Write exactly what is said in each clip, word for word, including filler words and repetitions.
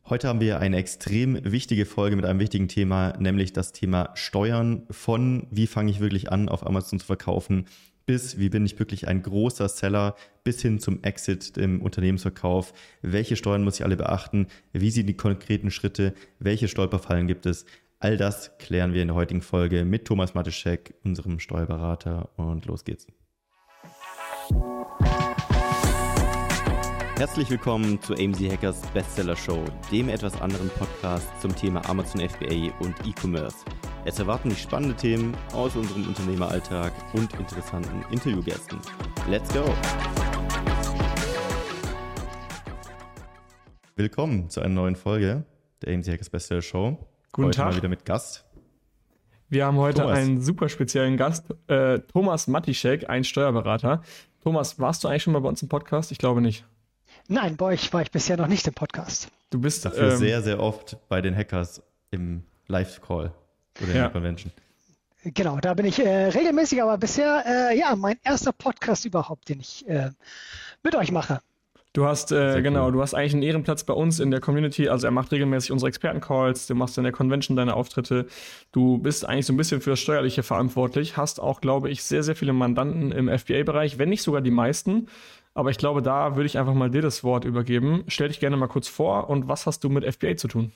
Heute haben wir eine extrem wichtige Folge mit einem wichtigen Thema, nämlich das Thema Steuern von wie fange ich wirklich an, auf Amazon zu verkaufen, bis wie bin ich wirklich ein großer Seller, bis hin zum Exit im Unternehmensverkauf. Welche Steuern muss ich alle beachten? Wie sind die konkreten Schritte? Welche Stolperfallen gibt es? All das klären wir in der heutigen Folge mit Thomas Matischek, unserem Steuerberater, und los geht's. Herzlich willkommen zu A M Z Hackers Bestseller Show, dem etwas anderen Podcast zum Thema Amazon F B A und E-Commerce. Es erwarten dich spannende Themen aus unserem Unternehmeralltag und interessanten Interviewgästen. Let's go! Willkommen zu einer neuen Folge der A M Z Hackers Bestseller Show. Guten heute Tag. Mal wieder mit Gast. Wir haben heute Thomas. einen super speziellen Gast, äh, Thomas Matischek, ein Steuerberater. Thomas, warst du eigentlich schon mal bei uns im Podcast? Ich glaube nicht. Nein, bei euch war ich bisher noch nicht im Podcast. Du bist Dafür ähm, sehr, sehr oft bei den Hackers im Live-Call oder in Ja. der Convention. Genau, da bin ich äh, regelmäßig, aber bisher, äh, ja, mein erster Podcast überhaupt, den ich äh, mit euch mache. Du hast, Sehr äh, cool. genau, du hast eigentlich einen Ehrenplatz bei uns in der Community. Also er macht regelmäßig unsere Expertencalls, du machst in der Convention deine Auftritte. Du bist eigentlich so ein bisschen für das Steuerliche verantwortlich, hast auch, glaube ich, sehr, sehr viele Mandanten im F B A-Bereich, wenn nicht sogar die meisten. Aber ich glaube, da würde ich einfach mal dir das Wort übergeben. Stell dich gerne mal kurz vor und was hast du mit F B A zu tun?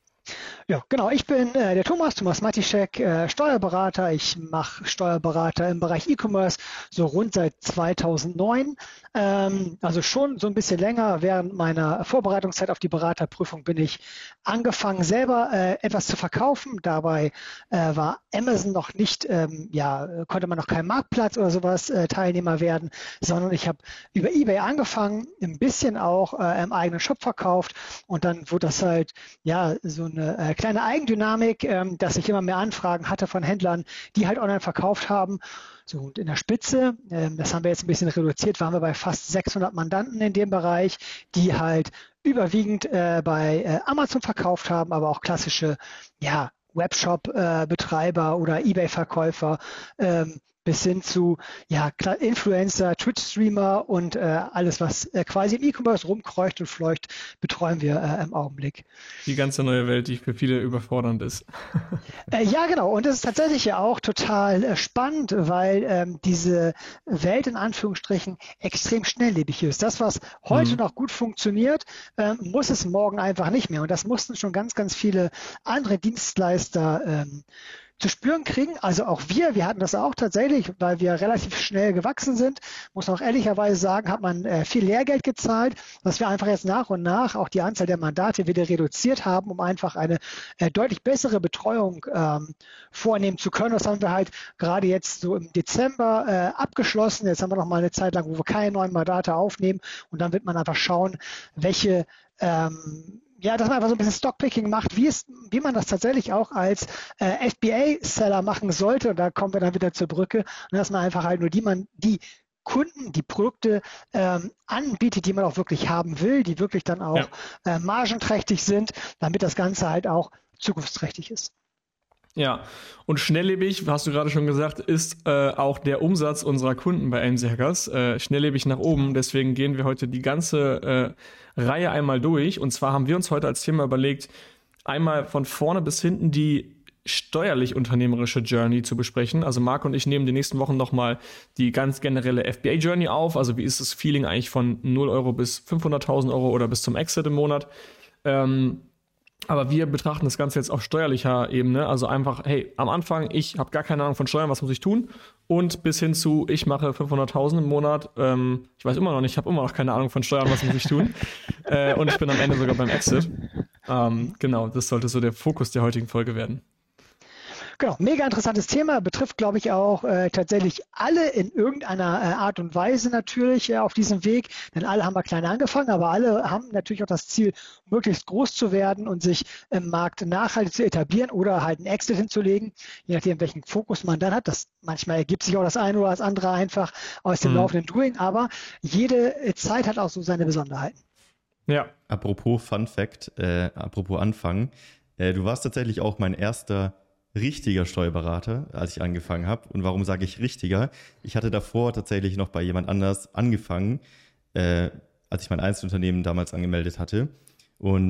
Ja, genau. Ich bin äh, der Thomas, Thomas Matischek, äh, Steuerberater. Ich mache Steuerberater im Bereich E-Commerce so rund seit zweitausendneun. Ähm, also schon so ein bisschen länger. Während meiner Vorbereitungszeit auf die Beraterprüfung bin ich angefangen, selber äh, etwas zu verkaufen. Dabei äh, war Amazon noch nicht, ähm, ja, konnte man noch kein Marktplatz oder sowas äh, Teilnehmer werden, sondern ich habe über eBay angefangen, ein bisschen auch äh, im eigenen Shop verkauft und dann wurde das halt, ja, so eine äh, kleine Eigendynamik, ähm, dass ich immer mehr Anfragen hatte von Händlern, die halt online verkauft haben. So, und in der Spitze, ähm, das haben wir jetzt ein bisschen reduziert, waren wir bei fast sechshundert Mandanten in dem Bereich, die halt überwiegend äh, bei äh, Amazon verkauft haben, aber auch klassische, ja, Webshop-Betreiber äh, oder eBay-Verkäufer, ähm, bis hin zu ja, Influencer, Twitch-Streamer und äh, alles, was äh, quasi im E-Commerce rumkreucht und fleucht, betreuen wir äh, im Augenblick. Die ganze neue Welt, die für viele überfordernd ist. Äh, ja, genau. Und das ist tatsächlich ja auch total äh, spannend, weil ähm, diese Welt in Anführungsstrichen extrem schnelllebig ist. Das, was heute Mhm. noch gut funktioniert, ähm, muss es morgen einfach nicht mehr. Und das mussten schon ganz, ganz viele andere Dienstleister ähm, zu spüren kriegen. Also auch wir, wir hatten das auch tatsächlich, weil wir relativ schnell gewachsen sind, muss man auch ehrlicherweise sagen, hat man äh, viel Lehrgeld gezahlt, dass wir einfach jetzt nach und nach auch die Anzahl der Mandate wieder reduziert haben, um einfach eine äh, deutlich bessere Betreuung ähm, vornehmen zu können. Das haben wir halt gerade jetzt so im Dezember äh, abgeschlossen. Jetzt haben wir noch mal eine Zeit lang, wo wir keine neuen Mandate aufnehmen und dann wird man einfach schauen, welche ähm, ja, dass man einfach so ein bisschen Stockpicking macht, wie es, wie man das tatsächlich auch als äh, F B A-Seller machen sollte. Und da kommen wir dann wieder zur Brücke. Und dass man einfach halt nur die, man, die Kunden, die Produkte ähm, anbietet, die man auch wirklich haben will, die wirklich dann auch Ja. äh, margenträchtig sind, damit das Ganze halt auch zukunftsträchtig ist. Ja, und schnelllebig, hast du gerade schon gesagt, ist äh, auch der Umsatz unserer Kunden bei A M Z Hackers äh, schnelllebig nach oben. Deswegen gehen wir heute die ganze äh, Reihe einmal durch. Und zwar haben wir uns heute als Thema überlegt, einmal von vorne bis hinten die steuerlich-unternehmerische Journey zu besprechen. Also Marc und ich nehmen die nächsten Wochen nochmal die ganz generelle F B A-Journey auf. Also wie ist das Feeling eigentlich von null Euro bis fünfhunderttausend Euro oder bis zum Exit im Monat? Ähm, Aber wir betrachten das Ganze jetzt auf steuerlicher Ebene. Also einfach, hey, am Anfang, ich habe gar keine Ahnung von Steuern, was muss ich tun? Und bis hin zu, ich mache fünfhunderttausend im Monat. Ähm, ich weiß immer noch nicht, ich habe immer noch keine Ahnung von Steuern, was muss ich tun? äh, und ich bin am Ende sogar beim Exit. Ähm, genau, das sollte so der Fokus der heutigen Folge werden. Genau, mega interessantes Thema, betrifft, glaube ich, auch äh, tatsächlich alle in irgendeiner äh, Art und Weise natürlich äh, auf diesem Weg, denn alle haben wir klein angefangen, aber alle haben natürlich auch das Ziel, möglichst groß zu werden und sich im Markt nachhaltig zu etablieren oder halt einen Exit hinzulegen, je nachdem, welchen Fokus man dann hat. Das manchmal ergibt sich auch das eine oder das andere einfach aus dem Mhm. laufenden Doing, aber jede äh, Zeit hat auch so seine Besonderheiten. Ja, Apropos Fun Fact, äh, apropos Anfang, äh, du warst tatsächlich auch mein erster richtiger Steuerberater, als ich angefangen habe. Und warum sage ich richtiger? Ich hatte davor tatsächlich noch bei jemand anders angefangen, äh, als ich mein Einzelunternehmen damals angemeldet hatte. Und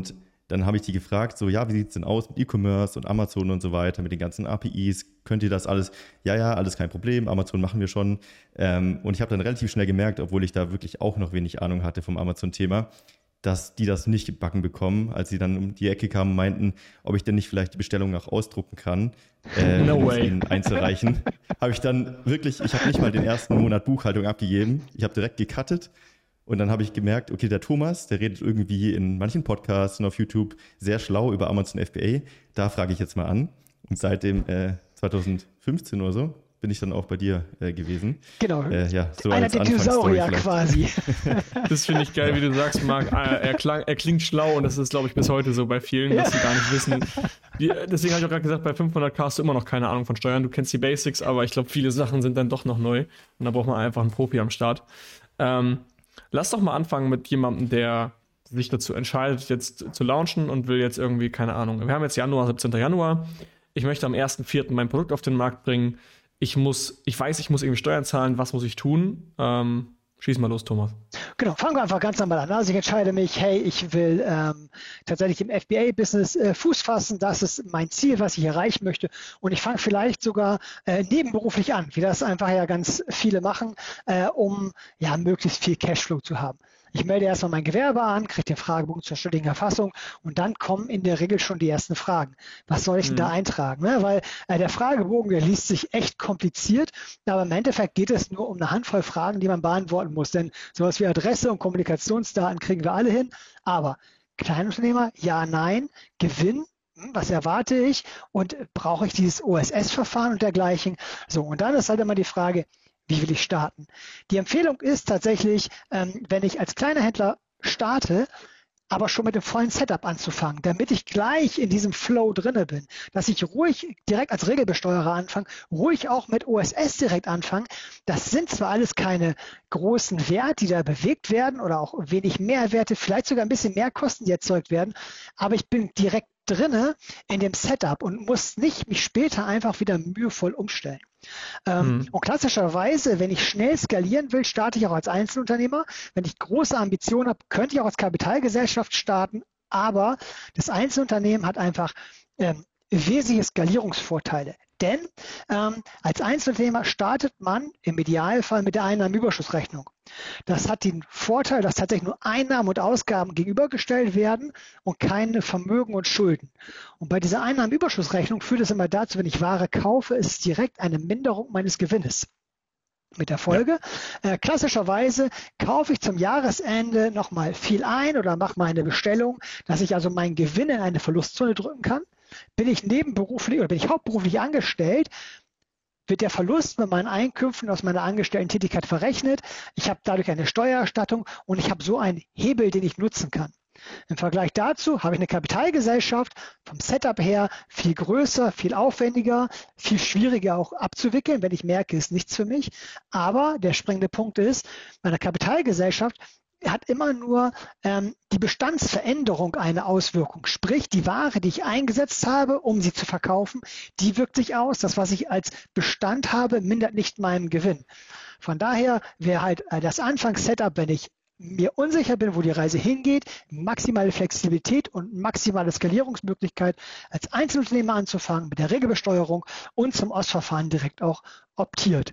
Dann habe ich die gefragt, so, ja, wie sieht es denn aus mit E-Commerce und Amazon und so weiter, mit den ganzen A P Is? Könnt ihr das alles? Ja, ja, alles kein Problem, Amazon machen wir schon. Ähm, und ich habe dann relativ schnell gemerkt, obwohl ich da wirklich auch noch wenig Ahnung hatte vom Amazon-Thema, dass die das nicht gebacken bekommen, als sie dann um die Ecke kamen und meinten, ob ich denn nicht vielleicht die Bestellung noch ausdrucken kann, äh, No um way. ihnen einzureichen. Habe ich dann wirklich, ich habe nicht mal den ersten Monat Buchhaltung abgegeben, ich habe direkt gecuttet. Und dann habe ich gemerkt, okay, der Thomas, der redet irgendwie in manchen Podcasts und auf YouTube sehr schlau über Amazon F B A. Da frage ich jetzt mal an. Und seit dem äh, zwanzig fünfzehn oder so bin ich dann auch bei dir äh, gewesen. Genau. Äh, ja, so Einer als der Anfangsstory Dinosaurier vielleicht. quasi. Das finde ich geil, wie du sagst, Marc. Er, klang, er klingt schlau und das ist, glaube ich, bis heute so bei vielen, dass sie gar nicht wissen. Die, deswegen habe ich auch gerade gesagt, bei fünfhundert K hast du immer noch keine Ahnung von Steuern. Du kennst die Basics, aber ich glaube, viele Sachen sind dann doch noch neu. Und da braucht man einfach einen Profi am Start. Ähm, Lass doch mal anfangen mit jemandem, der sich dazu entscheidet, jetzt zu launchen und will jetzt irgendwie, keine Ahnung, wir haben jetzt Januar, siebzehnten Januar. Ich möchte am ersten vierten mein Produkt auf den Markt bringen. Ich muss, ich weiß, ich muss irgendwie Steuern zahlen. Was muss ich tun? Ähm, schieß mal los, Thomas. Genau, fangen wir einfach ganz normal an. Also ich entscheide mich, hey, ich will ähm, tatsächlich im F B A-Business äh, Fuß fassen. Das ist mein Ziel, was ich erreichen möchte. Und ich fange vielleicht sogar äh, nebenberuflich an, wie das einfach ja ganz viele machen, äh, um ja möglichst viel Cashflow zu haben. Ich melde erstmal mein Gewerbe an, kriege den Fragebogen zur ständigen Erfassung und dann kommen in der Regel schon die ersten Fragen. Was soll ich denn Mhm. da eintragen? Ne? Weil äh, der Fragebogen, der liest sich echt kompliziert, aber im Endeffekt geht es nur um eine Handvoll Fragen, die man beantworten muss. Denn sowas wie Adresse und Kommunikationsdaten kriegen wir alle hin. Aber Kleinunternehmer, ja, nein, Gewinn, hm, was erwarte ich und brauche ich dieses O S S-Verfahren und dergleichen? So, und dann ist halt immer die Frage, wie will ich starten? Die Empfehlung ist tatsächlich, ähm, wenn ich als kleiner Händler starte, aber schon mit dem vollen Setup anzufangen, damit ich gleich in diesem Flow drinne bin, dass ich ruhig direkt als Regelbesteuerer anfange, ruhig auch mit O S S direkt anfange. Das sind zwar alles keine großen Werte, die da bewegt werden oder auch wenig Mehrwerte, vielleicht sogar ein bisschen mehr Kosten, die erzeugt werden, aber ich bin direkt drinne in dem Setup und muss nicht mich später einfach wieder mühevoll umstellen. Ähm, Mhm. Und klassischerweise, wenn ich schnell skalieren will, starte ich auch als Einzelunternehmer. Wenn ich große Ambitionen habe, könnte ich auch als Kapitalgesellschaft starten. Aber das Einzelunternehmen hat einfach ähm, wesentliche Skalierungsvorteile. Denn ähm, als Einzelunternehmer startet man im Idealfall mit der Einnahmenüberschussrechnung. Das hat den Vorteil, dass tatsächlich nur Einnahmen und Ausgaben gegenübergestellt werden und keine Vermögen und Schulden. Und bei dieser Einnahmenüberschussrechnung führt es immer dazu, wenn ich Ware kaufe, ist es direkt eine Minderung meines Gewinnes. Mit der Folge, ja. äh, klassischerweise kaufe ich zum Jahresende nochmal viel ein oder mache mal eine Bestellung, dass ich also meinen Gewinn in eine Verlustzone drücken kann. Bin ich nebenberuflich oder bin ich hauptberuflich angestellt, wird der Verlust mit meinen Einkünften aus meiner Angestellten-Tätigkeit verrechnet. Ich habe dadurch eine Steuererstattung und ich habe so einen Hebel, den ich nutzen kann. Im Vergleich dazu habe ich eine Kapitalgesellschaft vom Setup her viel größer, viel aufwendiger, viel schwieriger auch abzuwickeln, wenn ich merke, ist nichts für mich. Aber der springende Punkt ist, bei einer Kapitalgesellschaft hat immer nur ähm, die Bestandsveränderung eine Auswirkung. Sprich, die Ware, die ich eingesetzt habe, um sie zu verkaufen, die wirkt sich aus. Das, was ich als Bestand habe, mindert nicht meinen Gewinn. Von daher wäre halt äh, das Anfangs-Setup, wenn ich mir unsicher bin, wo die Reise hingeht, maximale Flexibilität und maximale Skalierungsmöglichkeit als Einzelunternehmer anzufangen mit der Regelbesteuerung und zum O S S-Verfahren direkt auch optiert.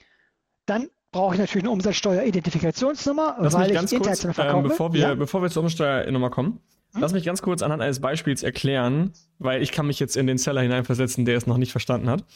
Dann brauche ich natürlich eine Umsatzsteueridentifikationsnummer, Lass weil mich ganz ich kurz, international ähm, verkaufe. bevor, wir, ja. bevor wir zur Umsatzsteuernummer kommen, Hm? lass mich ganz kurz anhand eines Beispiels erklären, weil ich kann mich jetzt in den Seller hineinversetzen, der es noch nicht verstanden hat.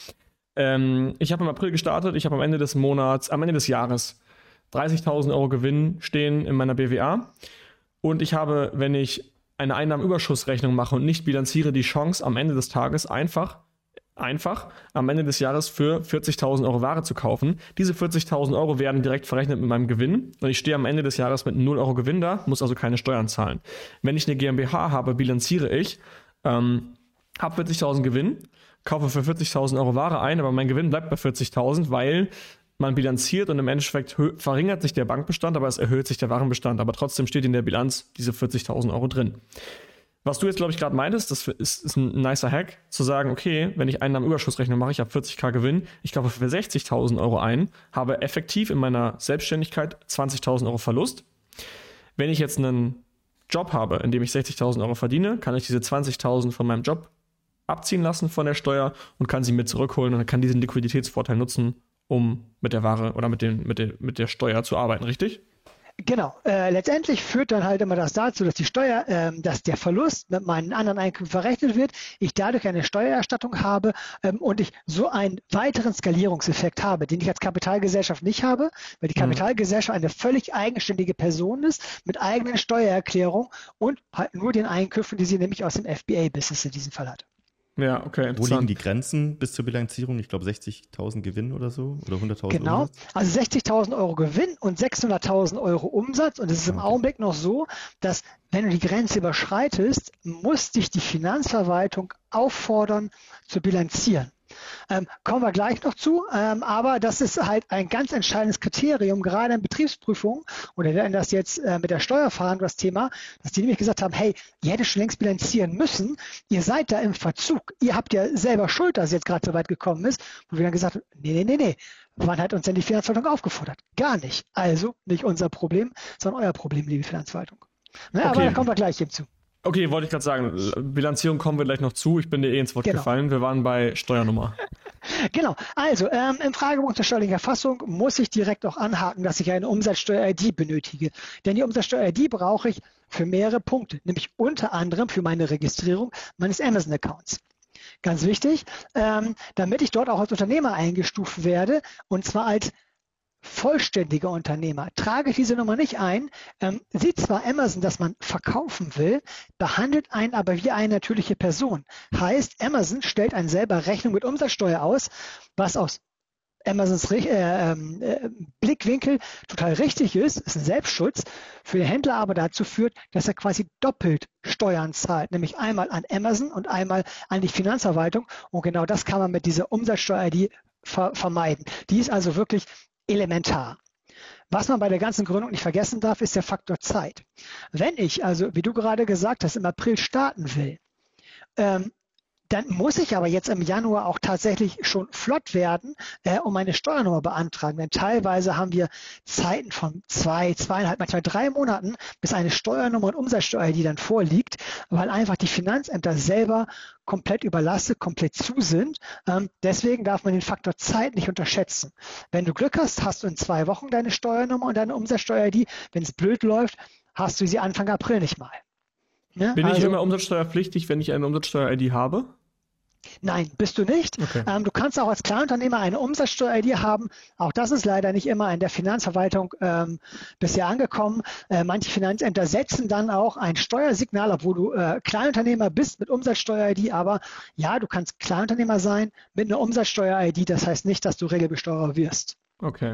Ähm, ich habe im April gestartet, ich habe am Ende des Monats, am Ende des Jahres dreißigtausend Euro Gewinn stehen in meiner B W A und ich habe, wenn ich eine Einnahmenüberschussrechnung mache und nicht bilanziere, die Chance am Ende des Tages einfach einfach am Ende des Jahres für vierzigtausend Euro Ware zu kaufen. Diese vierzigtausend Euro werden direkt verrechnet mit meinem Gewinn und ich stehe am Ende des Jahres mit null Euro Gewinn da, muss also keine Steuern zahlen. Wenn ich eine GmbH habe, bilanziere ich, ähm, habe vierzigtausend Gewinn, kaufe für vierzigtausend Euro Ware ein, aber mein Gewinn bleibt bei vierzigtausend, weil man bilanziert und im Endeffekt hö- verringert sich der Bankbestand, aber es erhöht sich der Warenbestand, aber trotzdem steht in der Bilanz diese vierzigtausend Euro drin. Was du jetzt, glaube ich, gerade meintest, das ist, ist ein nicer Hack, zu sagen, okay, wenn ich Einnahmenüberschussrechnung mache, ich habe vierzigtausend Gewinn, ich kaufe für sechzigtausend Euro ein, habe effektiv in meiner Selbstständigkeit zwanzigtausend Euro Verlust. Wenn ich jetzt einen Job habe, in dem ich sechzigtausend Euro verdiene, kann ich diese zwanzigtausend von meinem Job abziehen lassen von der Steuer und kann sie mit zurückholen und kann diesen Liquiditätsvorteil nutzen, um mit der Ware oder mit, den, mit, den, mit der Steuer zu arbeiten, richtig? Genau. Äh, letztendlich führt dann halt immer das dazu, dass die Steuer, ähm, dass der Verlust mit meinen anderen Einkünften verrechnet wird, ich dadurch eine Steuererstattung habe ähm, und ich so einen weiteren Skalierungseffekt habe, den ich als Kapitalgesellschaft nicht habe, weil die Kapitalgesellschaft eine völlig eigenständige Person ist mit eigenen Steuererklärung und halt nur den Einkünften, die sie nämlich aus dem F B A-Business in diesem Fall hat. Ja, okay. Wo liegen die Grenzen bis zur Bilanzierung? Ich glaube sechzigtausend Gewinn oder so oder hunderttausend Genau, Umsatz? Also sechzigtausend Euro Gewinn und sechshunderttausend Euro Umsatz und es ist im Okay. Augenblick noch so, dass wenn du die Grenze überschreitest, muss dich die Finanzverwaltung auffordern zu bilanzieren. Ähm, kommen wir gleich noch zu, ähm, aber das ist halt ein ganz entscheidendes Kriterium, gerade in Betriebsprüfungen, und wir werden das jetzt äh, mit der Steuerverhandlung das Thema, dass die nämlich gesagt haben, hey, ihr hättet schon längst bilanzieren müssen, ihr seid da im Verzug, ihr habt ja selber Schuld, dass es jetzt gerade so weit gekommen ist, wo wir dann gesagt haben, nee, nee, nee, nee, wann hat uns denn die Finanzverwaltung aufgefordert? Gar nicht. Also nicht unser Problem, sondern euer Problem, liebe Finanzverwaltung. Ne, Okay. Aber da kommen wir gleich hinzu. Okay, wollte ich gerade sagen, Bilanzierung kommen wir gleich noch zu. Ich bin dir eh ins Wort Genau. gefallen. Wir waren bei Steuernummer. Genau, also ähm, im Fragebogen zur steuerlichen Erfassung muss ich direkt auch anhaken, dass ich eine Umsatzsteuer-I D benötige. Denn die Umsatzsteuer-I D brauche ich für mehrere Punkte, nämlich unter anderem für meine Registrierung meines Amazon-Accounts. Ganz wichtig, ähm, damit ich dort auch als Unternehmer eingestuft werde, und zwar als vollständiger Unternehmer. Trage ich diese Nummer nicht ein, ähm, sieht zwar Amazon, dass man verkaufen will, behandelt einen aber wie eine natürliche Person. Heißt, Amazon stellt einen selber Rechnung mit Umsatzsteuer aus, was aus Amazons äh, äh, Blickwinkel total richtig ist, ist ein Selbstschutz, für den Händler aber dazu führt, dass er quasi doppelt Steuern zahlt, nämlich einmal an Amazon und einmal an die Finanzverwaltung, und genau das kann man mit dieser Umsatzsteuer-I D ver- vermeiden. Die ist also wirklich elementar. Was man bei der ganzen Gründung nicht vergessen darf, ist der Faktor Zeit. Wenn ich also, wie du gerade gesagt hast, im April starten will, ähm, dann muss ich aber jetzt im Januar auch tatsächlich schon flott werden äh, und meine Steuernummer beantragen. Denn teilweise haben wir Zeiten von zwei, zweieinhalb, manchmal drei Monaten, bis eine Steuernummer und Umsatzsteuer, die dann vorliegt, weil einfach die Finanzämter selber komplett überlastet, komplett zu sind. Ähm, deswegen darf man den Faktor Zeit nicht unterschätzen. Wenn du Glück hast, hast du in zwei Wochen deine Steuernummer und deine Umsatzsteuer-I D. Wenn es blöd läuft, hast du sie Anfang April nicht mal. Ne? Bin ich Also- immer umsatzsteuerpflichtig, wenn ich eine Umsatzsteuer-I D habe? Nein, bist du nicht. Okay. Ähm, du kannst auch als Kleinunternehmer eine Umsatzsteuer-I D haben. Auch das ist leider nicht immer in der Finanzverwaltung ähm, bisher angekommen. Äh, manche Finanzämter setzen dann auch ein Steuersignal, obwohl du äh, Kleinunternehmer bist mit Umsatzsteuer-I D. Aber ja, du kannst Kleinunternehmer sein mit einer Umsatzsteuer-I D. Das heißt nicht, dass du Regelbesteuerer wirst. Okay.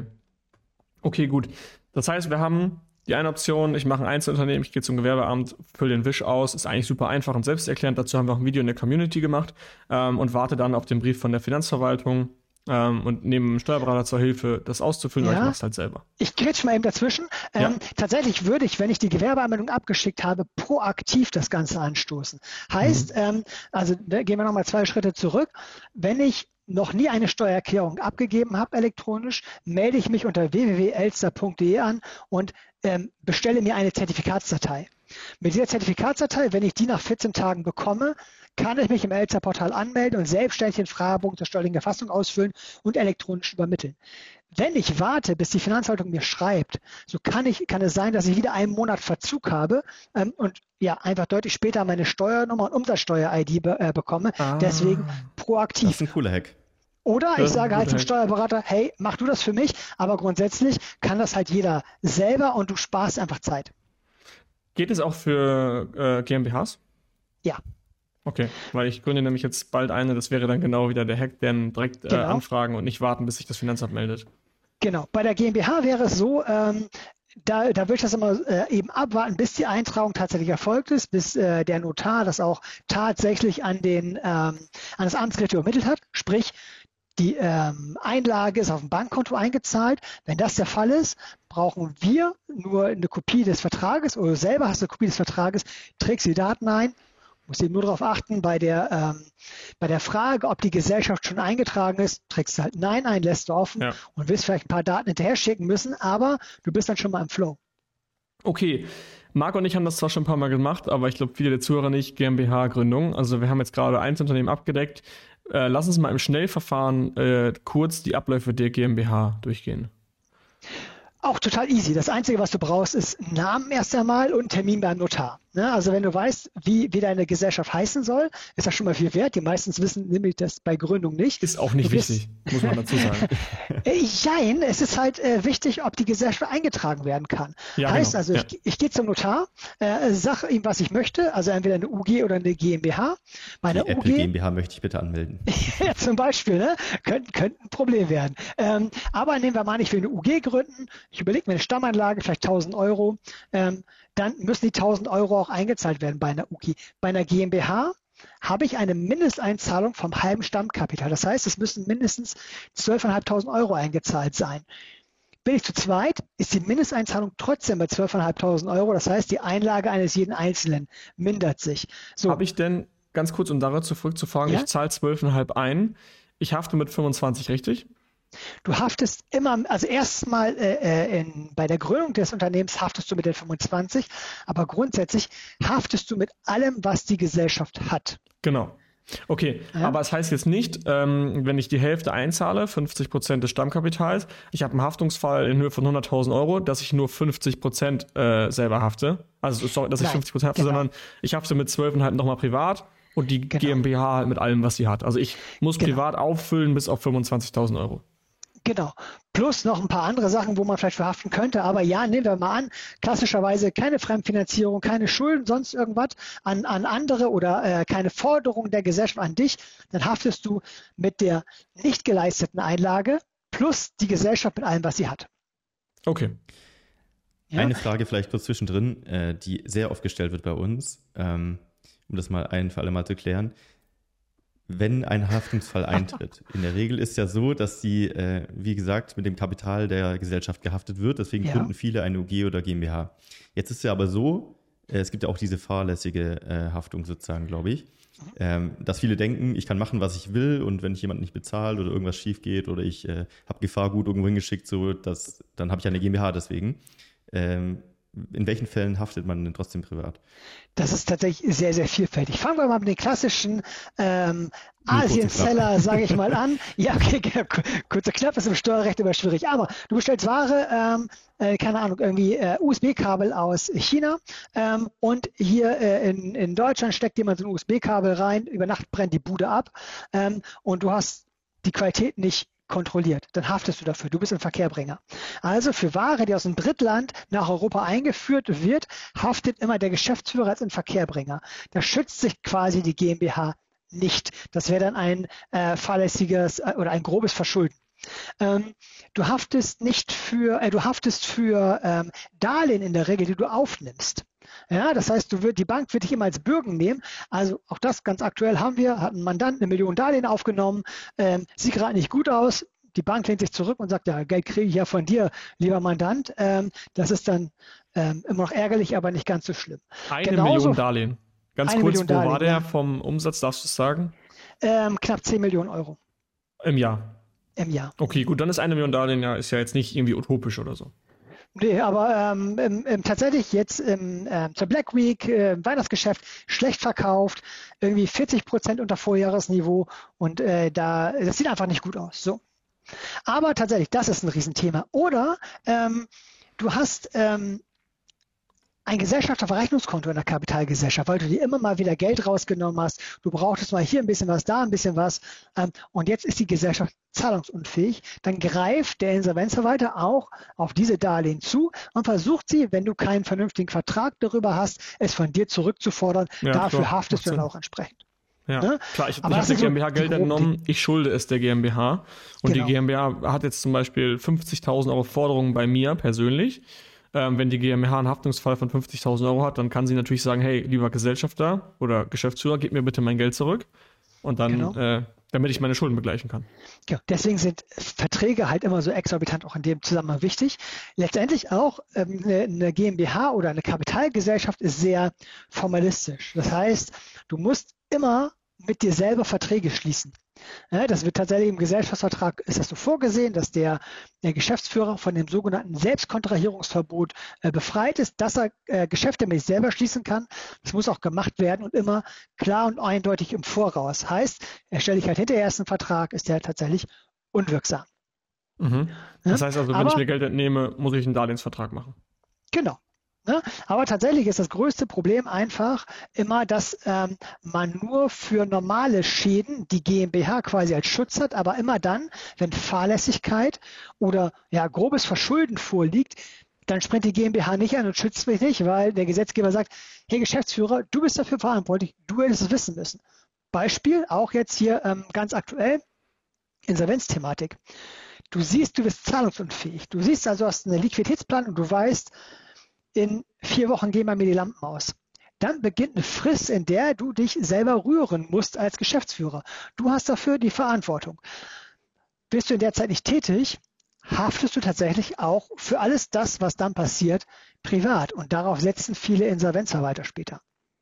Okay, gut. Das heißt, wir haben die eine Option, ich mache ein Einzelunternehmen, ich gehe zum Gewerbeamt, fülle den Wisch aus, ist eigentlich super einfach und selbsterklärend. Dazu haben wir auch ein Video in der Community gemacht ähm, und warte dann auf den Brief von der Finanzverwaltung ähm, und nehme einen Steuerberater zur Hilfe, das auszufüllen, Ja. weil ich mache es halt selber. Ich grätsch mal eben dazwischen. Ähm, Ja. Tatsächlich würde ich, wenn ich die Gewerbeanmeldung abgeschickt habe, proaktiv das Ganze anstoßen. Heißt, ähm, also da gehen wir nochmal zwei Schritte zurück. Wenn ich noch nie eine Steuererklärung abgegeben habe elektronisch, melde ich mich unter w w w punkt elster punkt d e an und ähm, bestelle mir eine Zertifikatsdatei. Mit dieser Zertifikatsdatei, wenn ich die nach vierzehn Tagen bekomme, kann ich mich im Elster-Portal anmelden und selbstständig den Fragebogen zur steuerlichen Erfassung ausfüllen und elektronisch übermitteln. Wenn ich warte, bis die Finanzverwaltung mir schreibt, so kann ich, kann es sein, dass ich wieder einen Monat Verzug habe ähm, und ja einfach deutlich später meine Steuernummer und Umsatzsteuer-I D be äh, bekomme. Ah. Deswegen proaktiv. Das ist ein cooler Hack. Oder Das ich ist ein sage halt guter zum Hack. Steuerberater, hey, mach du das für mich, aber grundsätzlich kann das halt jeder selber und du sparst einfach Zeit. Geht es auch für äh, GmbHs? Ja. Okay, weil ich gründe nämlich jetzt bald eine, das wäre dann genau wieder der Hack, dann direkt äh, Genau. anfragen und nicht warten, bis sich das Finanzamt meldet. Genau. Bei der GmbH wäre es so, ähm, da, da würde ich das immer äh, eben abwarten, bis die Eintragung tatsächlich erfolgt ist, bis äh, der Notar das auch tatsächlich an, den, ähm, an das Amtsgericht übermittelt hat. Sprich, die ähm, Einlage ist auf dem Bankkonto eingezahlt. Wenn das der Fall ist, brauchen wir nur eine Kopie des Vertrages oder du selber hast eine Kopie des Vertrages, trägst die Daten ein. Muss eben nur darauf achten, bei der, ähm, bei der Frage, ob die Gesellschaft schon eingetragen ist, trägst du halt Nein ein, lässt du offen Ja. und wirst vielleicht ein paar Daten hinterher schicken müssen, aber du bist dann schon mal im Flow. Okay, Marc und ich haben das zwar schon ein paar Mal gemacht, aber ich glaube, viele der Zuhörer nicht, GmbH-Gründung. Also wir haben jetzt gerade Einzelunternehmen abgedeckt. Äh, lass uns mal im Schnellverfahren äh, kurz die Abläufe der GmbH durchgehen. Auch total easy. Das Einzige, was du brauchst, ist einen Namen erst einmal und einen Termin beim Notar. Ne? Also wenn du weißt, wie, wie deine Gesellschaft heißen soll, ist das schon mal viel wert. Die meisten wissen nämlich das bei Gründung nicht. Ist auch nicht bist, wichtig, muss man dazu sagen. Jein, es ist halt äh, wichtig, ob die Gesellschaft eingetragen werden kann. Ja, heißt genau. also, ja. ich, ich gehe zum Notar, äh, sage ihm, was ich möchte, also entweder eine U G oder eine GmbH. Meine die U G, Apple GmbH möchte ich bitte anmelden. ja, zum Beispiel, ne? Könnte könnt ein Problem werden. Ähm, aber nehmen wir mal an, ich will eine U G gründen, ich überlege mir eine Stammanlage, vielleicht tausend Euro, ähm, dann müssen die tausend Euro auch eingezahlt werden bei einer U G. Bei einer GmbH habe ich eine Mindesteinzahlung vom halben Stammkapital. Das heißt, es müssen mindestens zwölftausendfünfhundert Euro eingezahlt sein. Bin ich zu zweit, ist die Mindesteinzahlung trotzdem bei zwölftausendfünfhundert Euro. Das heißt, die Einlage eines jeden Einzelnen mindert sich. So. Habe ich denn, ganz kurz, um darauf zurückzufahren, ja? Ich zahle zwölftausendfünfhundert ein, ich hafte mit fünfundzwanzig, richtig? Du haftest immer, also erstmal äh, in, bei der Gründung des Unternehmens haftest du mit den fünfundzwanzig, aber grundsätzlich haftest du mit allem, was die Gesellschaft hat. Genau. Okay, ja. Aber es heißt jetzt nicht, ähm, wenn ich die Hälfte einzahle, fünfzig Prozent des Stammkapitals, ich habe einen Haftungsfall in Höhe von hunderttausend Euro, dass ich nur fünfzig Prozent äh, selber hafte. Also, sorry, dass ich Nein, fünfzig Prozent hafte, genau. Sondern ich hafte mit zwölf Komma fünf nochmal privat und die genau. GmbH halt mit allem, was sie hat. Also ich muss genau. privat auffüllen bis auf fünfundzwanzigtausend Euro. Genau. Plus noch ein paar andere Sachen, wo man vielleicht verhaften könnte. Aber ja, nehmen wir mal an, klassischerweise keine Fremdfinanzierung, keine Schulden, sonst irgendwas an, an andere oder äh, keine Forderung der Gesellschaft an dich. Dann haftest du mit der nicht geleisteten Einlage plus die Gesellschaft mit allem, was sie hat. Okay. Ja? Eine Frage vielleicht kurz zwischendrin, äh, die sehr oft gestellt wird bei uns, ähm, um das mal ein für alle Mal zu klären. Wenn ein Haftungsfall eintritt. In der Regel ist ja so, dass sie, äh, wie gesagt, mit dem Kapital der Gesellschaft gehaftet wird. Deswegen ja. gründen viele eine U G oder GmbH. Jetzt ist es ja aber so, äh, es gibt ja auch diese fahrlässige äh, Haftung sozusagen, glaube ich, mhm. ähm, dass viele denken, ich kann machen, was ich will und wenn ich jemand nicht bezahlt oder irgendwas schief geht oder ich äh, habe Gefahrgut irgendwo hingeschickt, so, dass, dann habe ich eine GmbH deswegen. Ähm, In welchen Fällen haftet man denn trotzdem privat? Das ist tatsächlich sehr, sehr vielfältig. Fangen wir mal mit den klassischen ähm, Asien-Seller, sage ich mal, an. Ja, okay, kurz und knapp, ist im Steuerrecht immer schwierig. Aber du bestellst Ware, ähm, äh, keine Ahnung, irgendwie äh, U S B-Kabel aus China ähm, und hier äh, in, in Deutschland steckt jemand so ein U S B-Kabel rein, über Nacht brennt die Bude ab ähm, und du hast die Qualität nicht kontrolliert, dann haftest du dafür. Du bist ein Verkehrbringer. Also für Ware, die aus einem Drittland nach Europa eingeführt wird, haftet immer der Geschäftsführer als ein Verkehrbringer. Da schützt sich quasi die GmbH nicht. Das wäre dann ein äh, fahrlässiges äh, oder ein grobes Verschulden. Ähm, du haftest nicht für, äh, du haftest für ähm, Darlehen in der Regel, die du aufnimmst. Ja, das heißt, du wird, die Bank wird dich immer als Bürgen nehmen. Also auch das ganz aktuell haben wir, hat ein Mandant eine Million Darlehen aufgenommen, ähm, sieht gerade nicht gut aus. Die Bank lehnt sich zurück und sagt, ja, Geld kriege ich ja von dir, lieber Mandant. Ähm, das ist dann ähm, immer noch ärgerlich, aber nicht ganz so schlimm. Eine Genauso, Million Darlehen. Ganz kurz, Million wo Darlehen, war der ja. vom Umsatz, darfst du es sagen? Ähm, knapp zehn Millionen Euro. Im Jahr? Im Jahr. Okay, gut, dann ist eine Million Darlehen ja, ist ja jetzt nicht irgendwie utopisch oder so. Nee, aber ähm, im, im, tatsächlich jetzt im, äh, zur Black Week, äh, Weihnachtsgeschäft, schlecht verkauft, irgendwie vierzig Prozent unter Vorjahresniveau und äh, da, das sieht einfach nicht gut aus. So. Aber tatsächlich, das ist ein Riesenthema. Oder ähm, du hast ähm, ein Gesellschafterverrechnungskonto in der Kapitalgesellschaft, weil du dir immer mal wieder Geld rausgenommen hast. Du brauchtest mal hier ein bisschen was, da ein bisschen was. Ähm, und jetzt ist die Gesellschaft zahlungsunfähig. Dann greift der Insolvenzverwalter auch auf diese Darlehen zu und versucht sie, wenn du keinen vernünftigen Vertrag darüber hast, es von dir zurückzufordern. Ja, Dafür klar, haftest du dann Sinn. auch entsprechend. Ja, ne? Klar, ich, ich Aber habe das der sind so GmbH Geld die groben entnommen, Dinge. ich schulde es der GmbH und Genau. die GmbH hat jetzt zum Beispiel fünfzigtausend Euro Forderungen bei mir persönlich. Ähm, wenn die GmbH einen Haftungsfall von fünfzigtausend Euro hat, dann kann sie natürlich sagen, hey, lieber Gesellschafter oder Geschäftsführer, gib mir bitte mein Geld zurück und dann, Genau. äh, damit ich meine Schulden begleichen kann. Ja, deswegen sind Verträge halt immer so exorbitant auch in dem Zusammenhang wichtig. Letztendlich auch ähm, eine, eine GmbH oder eine Kapitalgesellschaft ist sehr formalistisch. Das heißt, du musst immer mit dir selber Verträge schließen. Ja, das wird tatsächlich im Gesellschaftsvertrag, ist das so vorgesehen, dass der, der Geschäftsführer von dem sogenannten Selbstkontrahierungsverbot äh, befreit ist, dass er äh, Geschäfte mit sich selber schließen kann. Das muss auch gemacht werden und immer klar und eindeutig im Voraus. Heißt, erstelle ich halt hinterher erst einen Vertrag, ist der tatsächlich unwirksam. Mhm. Das Ja? heißt also, wenn Aber, ich mir Geld entnehme, muss ich einen Darlehensvertrag machen. Genau. Ne? Aber tatsächlich ist das größte Problem einfach immer, dass ähm, man nur für normale Schäden die GmbH quasi als Schutz hat, aber immer dann, wenn Fahrlässigkeit oder ja, grobes Verschulden vorliegt, dann springt die GmbH nicht an und schützt mich nicht, weil der Gesetzgeber sagt, hey Geschäftsführer, du bist dafür verantwortlich, du hättest es wissen müssen. Beispiel, auch jetzt hier ähm, ganz aktuell, Insolvenzthematik. Du siehst, du bist zahlungsunfähig. Du siehst also, du hast einen Liquiditätsplan und du weißt, in vier Wochen gehen bei mir die Lampen aus. Dann beginnt eine Frist, in der du dich selber rühren musst als Geschäftsführer. Du hast dafür die Verantwortung. Bist du in der Zeit nicht tätig, haftest du tatsächlich auch für alles das, was dann passiert, privat. Und darauf setzen viele Insolvenzverwalter später.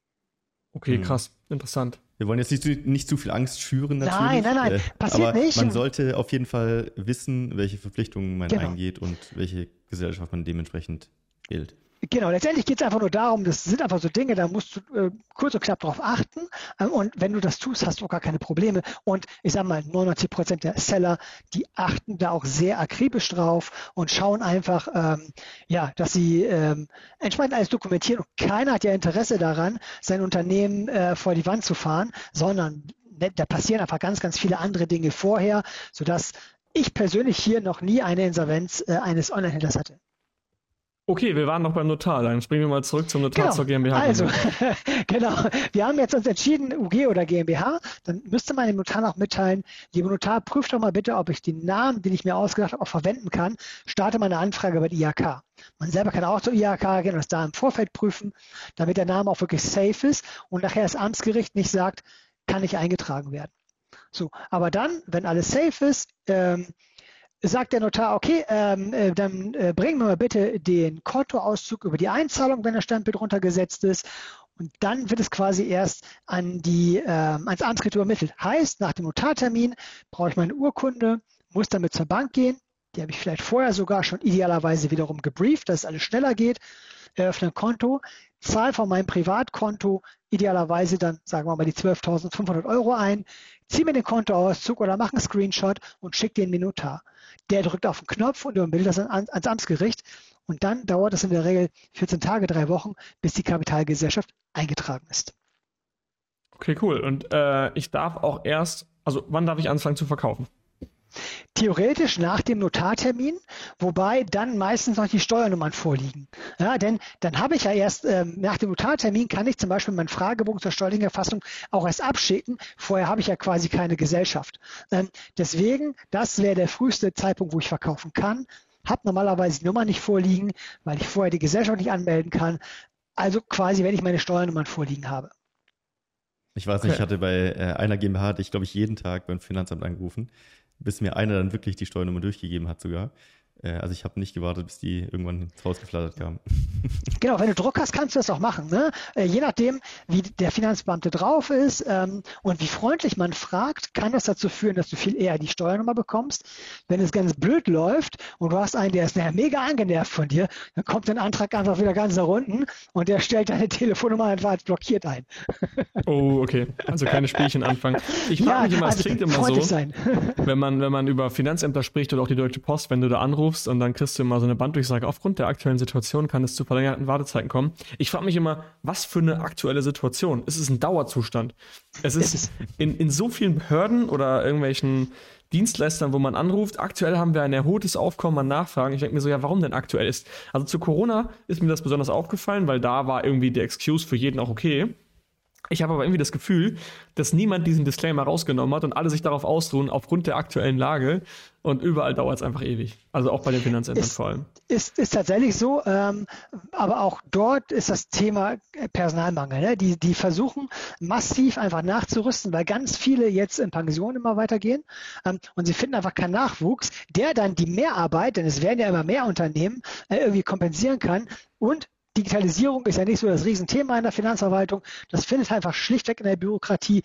Okay, krass, interessant. Wir wollen jetzt nicht, nicht zu viel Angst schüren natürlich. Nein, nein, nein, äh, passiert aber nicht. Man sollte auf jeden Fall wissen, welche Verpflichtungen man Genau. eingeht und welche Gesellschaft man dementsprechend wählt. Genau, letztendlich geht es einfach nur darum, das sind einfach so Dinge, da musst du äh, kurz und knapp drauf achten. Ähm, und wenn du das tust, hast du auch gar keine Probleme. Und ich sage mal, neunundneunzig Prozent der Seller, die achten da auch sehr akribisch drauf und schauen einfach, ähm, ja, dass sie ähm, entsprechend alles dokumentieren. Und keiner hat ja Interesse daran, sein Unternehmen äh, vor die Wand zu fahren, sondern ne, da passieren einfach ganz, ganz viele andere Dinge vorher, sodass ich persönlich hier noch nie eine Insolvenz äh, eines Online-Händlers hatte. Okay, wir waren noch beim Notar. Dann springen wir mal zurück zum Notar Genau. zur GmbH. Also, genau. Wir haben jetzt uns entschieden, U G oder GmbH. Dann müsste man dem Notar noch mitteilen, lieber Notar, prüft doch mal bitte, ob ich den Namen, den ich mir ausgedacht habe, auch verwenden kann. Starte mal eine Anfrage bei der I H K. Man selber kann auch zur I H K gehen und das da im Vorfeld prüfen, damit der Name auch wirklich safe ist und nachher das Amtsgericht nicht sagt, kann nicht eingetragen werden. So, aber dann, wenn alles safe ist, ähm, sagt der Notar, okay, ähm, äh, dann äh, bringen wir mal bitte den Kontoauszug über die Einzahlung, wenn der Stempel drunter gesetzt ist. Und dann wird es quasi erst an die, äh, ans Amtsgericht übermittelt. Heißt, nach dem Notartermin brauche ich meine Urkunde, muss damit zur Bank gehen. Die habe ich vielleicht vorher sogar schon idealerweise wiederum gebrieft, dass es alles schneller geht. Eröffne ein Konto, zahle von meinem Privatkonto idealerweise dann, sagen wir mal, die zwölftausendfünfhundert Euro ein, ziehe mir den Kontoauszug oder mache einen Screenshot und schicke den den Notar. Der drückt auf den Knopf und übermittelt das an, ans Amtsgericht. Und dann dauert es in der Regel vierzehn Tage, drei Wochen, bis die Kapitalgesellschaft eingetragen ist. Okay, cool. Und äh, ich darf auch erst, also wann darf ich anfangen zu verkaufen? Theoretisch nach dem Notartermin, wobei dann meistens noch die Steuernummern vorliegen. Ja, denn dann habe ich ja erst ähm, nach dem Notartermin kann ich zum Beispiel meinen Fragebogen zur steuerlichen Erfassung auch erst abschicken. Vorher habe ich ja quasi keine Gesellschaft. Ähm, deswegen, das wäre der früheste Zeitpunkt, wo ich verkaufen kann. Habe normalerweise die Nummer nicht vorliegen, weil ich vorher die Gesellschaft nicht anmelden kann. Also quasi, wenn ich meine Steuernummern vorliegen habe. Ich weiß nicht, ich hatte bei äh, einer GmbH, hatte ich glaube ich jeden Tag beim Finanzamt angerufen, bis mir einer dann wirklich die Steuernummer durchgegeben hat sogar. Äh, also ich habe nicht gewartet, bis die irgendwann rausgeflattert kamen. Genau, wenn du Druck hast, kannst du das auch machen. Ne? Äh, je nachdem, wie der Finanzbeamte drauf ist ähm, und wie freundlich man fragt, kann das dazu führen, dass du viel eher die Steuernummer bekommst. Wenn es ganz blöd läuft und du hast einen, der ist naja, mega angenervt von dir, dann kommt dein Antrag einfach wieder ganz nach unten und der stellt deine Telefonnummer einfach als blockiert ein. Oh, okay. Also keine Spielchen anfangen. Ich frage Ja, mich immer, es also klingt immer freundlich so, sein. wenn man, wenn man über Finanzämter spricht oder auch die Deutsche Post, wenn du da anrufst und dann kriegst du immer so eine Banddurchsage, aufgrund der aktuellen Situation kann es zu verlängerten Wartezeiten kommen. Ich frage mich immer, was für eine aktuelle Situation? Es ist ein Dauerzustand. Es ist, ist in, in so vielen Behörden oder irgendwelchen Dienstleistern, wo man anruft, aktuell haben wir ein erhöhtes Aufkommen an Nachfragen. Ich denke mir so, ja, warum denn aktuell ist? Also zu Corona ist mir das besonders aufgefallen, weil da war irgendwie der Excuse für jeden auch okay. Ich habe aber irgendwie das Gefühl, dass niemand diesen Disclaimer rausgenommen hat und alle sich darauf ausruhen, aufgrund der aktuellen Lage. Und überall dauert es einfach ewig. Also auch bei den Finanzämtern ist, vor allem. Ist, ist tatsächlich so, ähm, aber auch dort ist das Thema Personalmangel. Ne? Die, die versuchen massiv einfach nachzurüsten, weil ganz viele jetzt in Pension immer weitergehen ähm, und sie finden einfach keinen Nachwuchs, der dann die Mehrarbeit, denn es werden ja immer mehr Unternehmen, äh, irgendwie kompensieren kann. Und Digitalisierung ist ja nicht so das Riesenthema in der Finanzverwaltung. Das findet einfach schlichtweg in der Bürokratie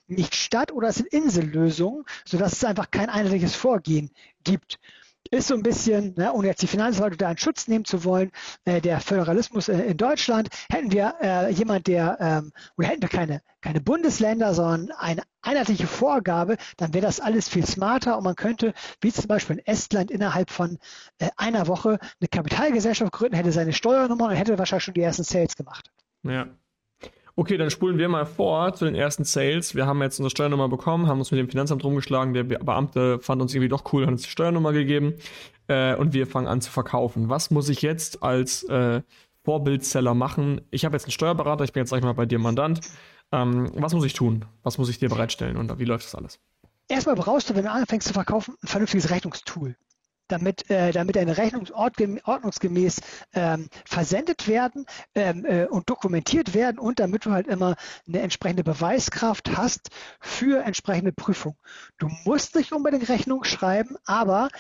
nicht statt oder es sind Insellösungen, sodass es einfach kein einheitliches Vorgehen gibt. Ist so ein bisschen, ne, ohne jetzt die Finanzverwaltung da in Schutz nehmen zu wollen, äh, der Föderalismus äh, in Deutschland, hätten wir äh, jemand, der, ähm, oder hätten wir keine, keine Bundesländer, sondern eine einheitliche Vorgabe, dann wäre das alles viel smarter und man könnte, wie zum Beispiel in Estland, innerhalb von äh, einer Woche eine Kapitalgesellschaft gründen, hätte seine Steuernummer und hätte wahrscheinlich schon die ersten Sales gemacht. Ja. Okay, dann spulen wir mal vor zu den ersten Sales. Wir haben jetzt unsere Steuernummer bekommen, haben uns mit dem Finanzamt rumgeschlagen. Der Beamte fand uns irgendwie doch cool, hat uns die Steuernummer gegeben äh, und wir fangen an zu verkaufen. Was muss ich jetzt als äh, Vorbildseller machen? Ich habe jetzt einen Steuerberater, ich bin jetzt, sag ich mal, bei dir Mandant. Ähm, was muss ich tun? Was muss ich dir bereitstellen und wie läuft das alles? Erstmal brauchst du, wenn du anfängst zu verkaufen, ein vernünftiges Rechnungstool. Damit, äh, damit deine Rechnungen ordnungsgemäß ähm, versendet werden ähm, äh, und dokumentiert werden und damit du halt immer eine entsprechende Beweiskraft hast für entsprechende Prüfung. Du musst nicht unbedingt Rechnung schreiben, aber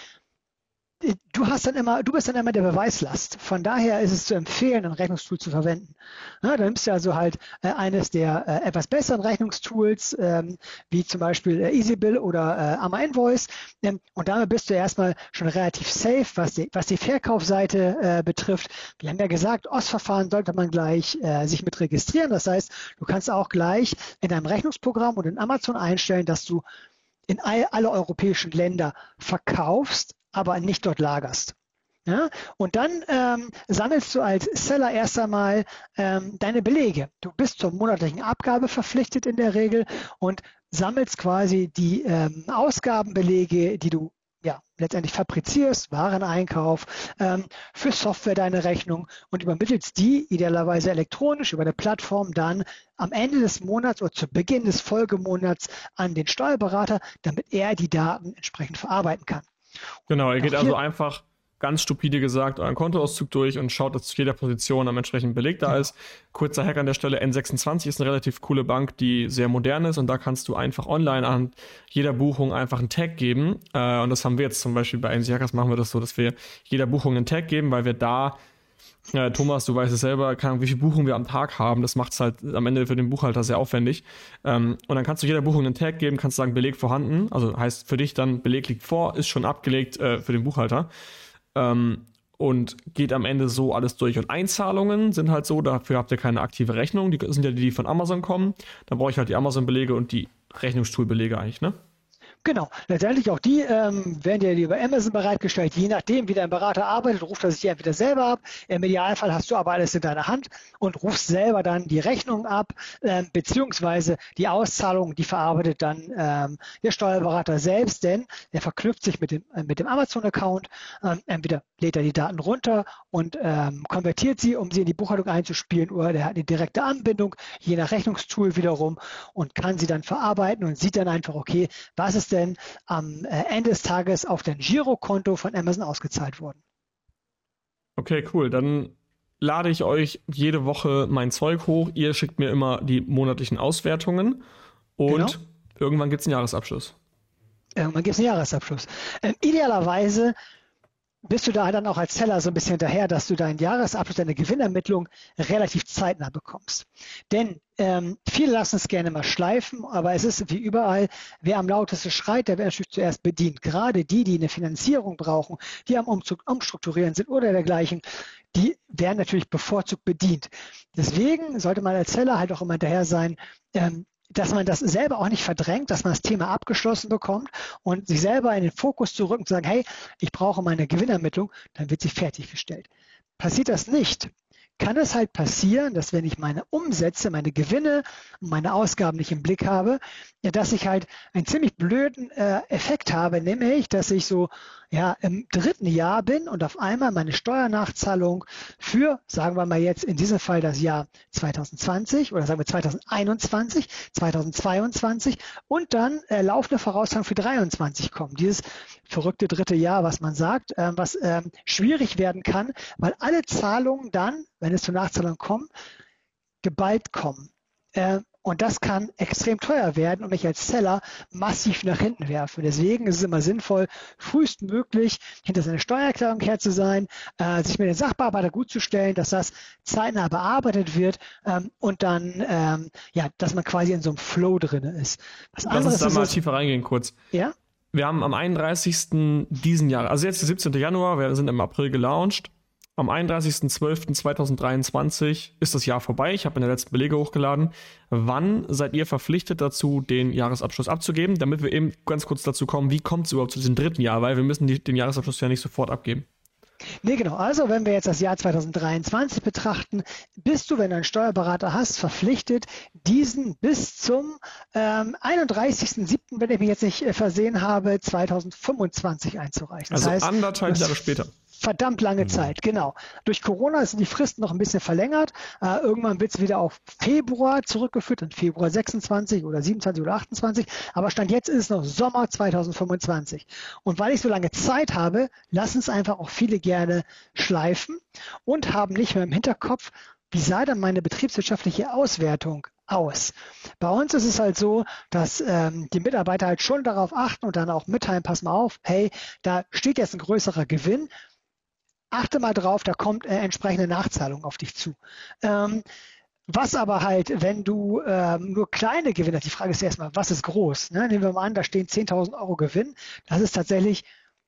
du hast dann immer, du bist dann immer der Beweislast. Von daher ist es zu empfehlen, ein Rechnungstool zu verwenden. Ja, dann nimmst du also halt äh, eines der äh, etwas besseren Rechnungstools, ähm, wie zum Beispiel äh, EasyBill oder äh, Amma Invoice. Ähm, und damit bist du erstmal schon relativ safe, was die, was die Verkaufsseite äh, betrifft. Wir haben ja gesagt, O S-Verfahren sollte man gleich äh, sich mit registrieren. Das heißt, du kannst auch gleich in deinem Rechnungsprogramm und in Amazon einstellen, dass du in all, alle europäischen Länder verkaufst, aber nicht dort lagerst. Ja? Und dann ähm, sammelst du als Seller erst einmal ähm, deine Belege. Du bist zur monatlichen Abgabe verpflichtet in der Regel und sammelst quasi die ähm, Ausgabenbelege, die du ja letztendlich fabrizierst, Wareneinkauf, ähm, für Software deine Rechnung und übermittelst die idealerweise elektronisch über eine Plattform dann am Ende des Monats oder zu Beginn des Folgemonats an den Steuerberater, damit er die Daten entsprechend verarbeiten kann. Genau, ihr geht also einfach, ganz stupide gesagt, euren Kontoauszug durch und schaut, dass zu jeder Position am entsprechenden Beleg da ist. Kurzer Hack an der Stelle, N sechsundzwanzig ist eine relativ coole Bank, die sehr modern ist und da kannst du einfach online an jeder Buchung einfach einen Tag geben. Äh, und das haben wir jetzt zum Beispiel bei A M C Hackers machen wir das so, dass wir jeder Buchung einen Tag geben, weil wir da Äh, Thomas, du weißt es selber, keine Ahnung, wie viele Buchungen wir am Tag haben. Das macht es halt am Ende für den Buchhalter sehr aufwendig. Ähm, und dann kannst du jeder Buchung einen Tag geben, kannst sagen, Beleg vorhanden. Also heißt für dich dann, Beleg liegt vor, ist schon abgelegt äh, für den Buchhalter. Ähm, und geht am Ende so alles durch. Und Einzahlungen sind halt so, dafür habt ihr keine aktive Rechnung. Die sind ja die, die von Amazon kommen. Da brauche ich halt die Amazon-Belege und die Rechnungstool-Belege eigentlich, ne? Genau, letztendlich auch die ähm, werden dir über Amazon bereitgestellt. Je nachdem, wie dein Berater arbeitet, ruft er sich die entweder selber ab. Im Idealfall hast du aber alles in deiner Hand und rufst selber dann die Rechnung ab, ähm, beziehungsweise die Auszahlung, die verarbeitet dann ähm, der Steuerberater selbst, denn der verknüpft sich mit dem, äh, mit dem Amazon-Account. Ähm, entweder lädt er die Daten runter und ähm, konvertiert sie, um sie in die Buchhaltung einzuspielen, oder der hat eine direkte Anbindung, je nach Rechnungstool wiederum, und kann sie dann verarbeiten und sieht dann einfach, okay, was ist denn am Ende des Tages auf dein Girokonto von Amazon ausgezahlt worden. Okay, cool. Dann lade ich euch jede Woche mein Zeug hoch. Ihr schickt mir immer die monatlichen Auswertungen und genau. Irgendwann gibt es einen Jahresabschluss. Irgendwann gibt es einen Jahresabschluss. Ähm, idealerweise bist du da dann auch als Seller so ein bisschen hinterher, dass du deinen Jahresabschluss, deine Gewinnermittlung relativ zeitnah bekommst. Denn ähm, viele lassen es gerne mal schleifen, aber es ist wie überall, wer am lautesten schreit, der wird natürlich zuerst bedient. Gerade die, die eine Finanzierung brauchen, die am Umstrukturieren sind oder dergleichen, die werden natürlich bevorzugt bedient. Deswegen sollte man als Seller halt auch immer hinterher sein, ähm, dass man das selber auch nicht verdrängt, dass man das Thema abgeschlossen bekommt und sich selber in den Fokus zu rücken und zu sagen, hey, ich brauche meine Gewinnermittlung, dann wird sie fertiggestellt. Passiert das nicht, kann es halt passieren, dass wenn ich meine Umsätze, meine Gewinne und meine Ausgaben nicht im Blick habe, ja, dass ich halt einen ziemlich blöden äh, Effekt habe, nämlich, dass ich so ja im dritten Jahr bin und auf einmal meine Steuernachzahlung für, sagen wir mal jetzt in diesem Fall das Jahr zwanzig zwanzig oder sagen wir zwanzig einundzwanzig, zwanzig zweiundzwanzig und dann äh, laufende Vorauszahlung für dreiundzwanzig kommen. Dieses verrückte dritte Jahr, was man sagt, äh, was äh, schwierig werden kann, weil alle Zahlungen dann, wenn es zur Nachzahlung kommt, geballt kommen. Äh, Und das kann extrem teuer werden und mich als Seller massiv nach hinten werfen. Deswegen ist es immer sinnvoll, frühestmöglich hinter seiner Steuererklärung her zu sein, äh, sich mit den Sachbearbeiter gut zu stellen, dass das zeitnah bearbeitet wird ähm, und dann, ähm, ja, dass man quasi in so einem Flow drin ist. Was Lass anderes uns da ist mal es, tiefer reingehen kurz. ja? Wir haben am einunddreißigsten diesen Jahres, also jetzt der siebzehnten Januar, wir sind im April gelauncht. Am einunddreißigsten zwölften zweitausenddreiundzwanzig ist das Jahr vorbei. Ich habe in der letzten Belege hochgeladen. Wann seid ihr verpflichtet dazu, den Jahresabschluss abzugeben? Damit wir eben ganz kurz dazu kommen, wie kommt es überhaupt zu diesem dritten Jahr? Weil wir müssen die, den Jahresabschluss ja nicht sofort abgeben. Nee, genau. Also wenn wir jetzt das Jahr zweitausenddreiundzwanzig betrachten, bist du, wenn du einen Steuerberater hast, verpflichtet, diesen bis zum ähm, einunddreißigsten siebten, wenn ich mich jetzt nicht äh, versehen habe, zweitausendfünfundzwanzig einzureichen. Das Also heißt, anderthalb das Jahre später. verdammt lange Mhm. Zeit, genau. Durch Corona sind die Fristen noch ein bisschen verlängert. Äh, irgendwann wird es wieder auf Februar zurückgeführt, dann Februar sechsundzwanzig oder siebenundzwanzig oder achtundzwanzig. Aber Stand jetzt ist es noch Sommer zweitausendfünfundzwanzig. Und weil ich so lange Zeit habe, lassen es einfach auch viele gerne schleifen und haben nicht mehr im Hinterkopf, wie sah dann meine betriebswirtschaftliche Auswertung aus. Bei uns ist es halt so, dass ähm, die Mitarbeiter halt schon darauf achten und dann auch mitteilen, pass mal auf, hey, da steht jetzt ein größerer Gewinn, achte mal drauf, da kommt äh, entsprechende Nachzahlung auf dich zu. Ähm, was aber halt, wenn du ähm, nur kleine Gewinne hast, die Frage ist erstmal, was ist groß? Ne? Nehmen wir mal an, da stehen zehntausend Euro Gewinn, das ist tatsächlich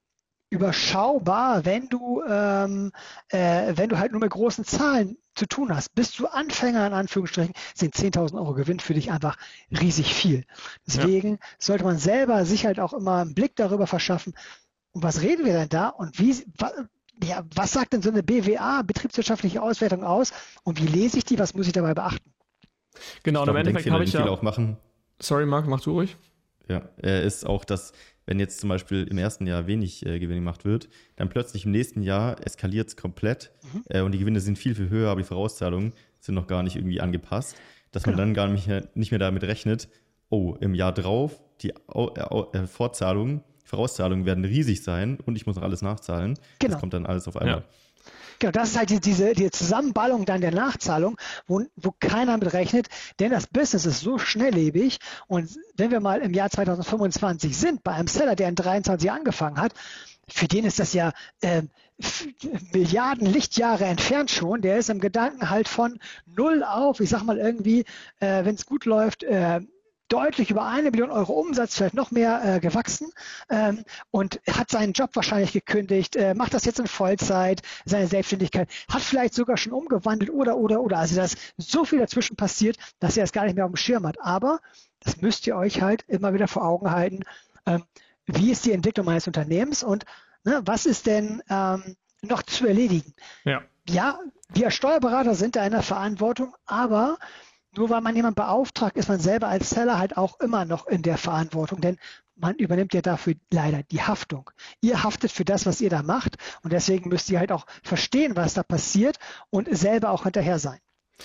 überschaubar, wenn du, ähm, äh, wenn du halt nur mit großen Zahlen zu tun hast. Bist du Anfänger, in Anführungsstrichen, sind zehntausend Euro Gewinn für dich einfach riesig viel. Deswegen ja. sollte man selber sich halt auch immer einen Blick darüber verschaffen, um was reden wir denn da und wie, wa, ja, was sagt denn so eine B W A, betriebswirtschaftliche Auswertung aus und wie lese ich die, was muss ich dabei beachten? Genau, und im Endeffekt habe ich ja... auch machen. Sorry, Marc, mach du ruhig. Ja, äh, ist auch, dass wenn jetzt zum Beispiel im ersten Jahr wenig äh, Gewinn gemacht wird, dann plötzlich im nächsten Jahr eskaliert es komplett mhm. äh, und die Gewinne sind viel, viel höher, aber die Vorauszahlungen sind noch gar nicht irgendwie angepasst, dass man genau. dann gar nicht mehr, nicht mehr damit rechnet, oh, im Jahr drauf, die Au- äh, Vorzahlungen, Vorauszahlungen werden riesig sein und ich muss noch alles nachzahlen. Genau. Das kommt dann alles auf einmal. Ja. Genau, das ist halt die, diese die Zusammenballung dann der Nachzahlung, wo, wo keiner mit rechnet, denn das Business ist so schnelllebig und wenn wir mal im Jahr zweitausendfünfundzwanzig sind, bei einem Seller, der in dreiundzwanzig angefangen hat, für den ist das ja äh, Milliarden Lichtjahre entfernt schon, der ist im Gedanken halt von null auf, ich sag mal irgendwie, äh, wenn es gut läuft, äh, deutlich über eine Million Euro Umsatz, vielleicht noch mehr äh, gewachsen ähm, und hat seinen Job wahrscheinlich gekündigt, äh, macht das jetzt in Vollzeit, seine Selbstständigkeit, hat vielleicht sogar schon umgewandelt oder, oder, oder. Also da ist so viel dazwischen passiert, dass er es gar nicht mehr auf dem Schirm hat. Aber das müsst ihr euch halt immer wieder vor Augen halten. Ähm, wie ist die Entwicklung meines Unternehmens und ne, was ist denn ähm, noch zu erledigen? Ja. Ja, wir als Steuerberater sind da in der Verantwortung, aber nur weil man jemanden beauftragt, ist man selber als Seller halt auch immer noch in der Verantwortung, denn man übernimmt ja dafür leider die Haftung. Ihr haftet für das, was ihr da macht und deswegen müsst ihr halt auch verstehen, was da passiert und selber auch hinterher sein.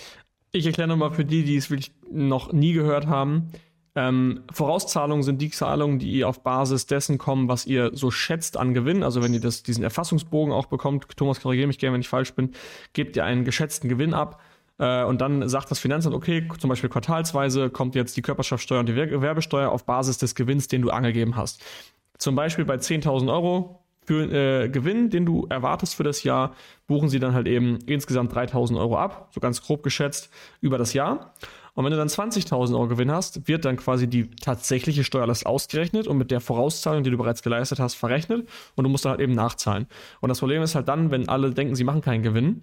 Ich erkläre nochmal für die, die es wirklich noch nie gehört haben. Ähm, Vorauszahlungen sind die Zahlungen, die ihr auf Basis dessen kommen, was ihr so schätzt an Gewinn. Also wenn ihr das, diesen Erfassungsbogen auch bekommt, Thomas, korrigiere mich gerne, wenn ich falsch bin, gebt ihr einen geschätzten Gewinn ab. Und dann sagt das Finanzamt, okay, zum Beispiel quartalsweise kommt jetzt die Körperschaftsteuer und die Gewerbesteuer auf Basis des Gewinns, den du angegeben hast. Zum Beispiel bei zehntausend Euro für äh, Gewinn, den du erwartest für das Jahr, buchen sie dann halt eben insgesamt dreitausend Euro ab, so ganz grob geschätzt, über das Jahr. Und wenn du dann zwanzigtausend Euro Gewinn hast, wird dann quasi die tatsächliche Steuerlast ausgerechnet und mit der Vorauszahlung, die du bereits geleistet hast, verrechnet und du musst dann halt eben nachzahlen. Und das Problem ist halt dann, wenn alle denken, sie machen keinen Gewinn,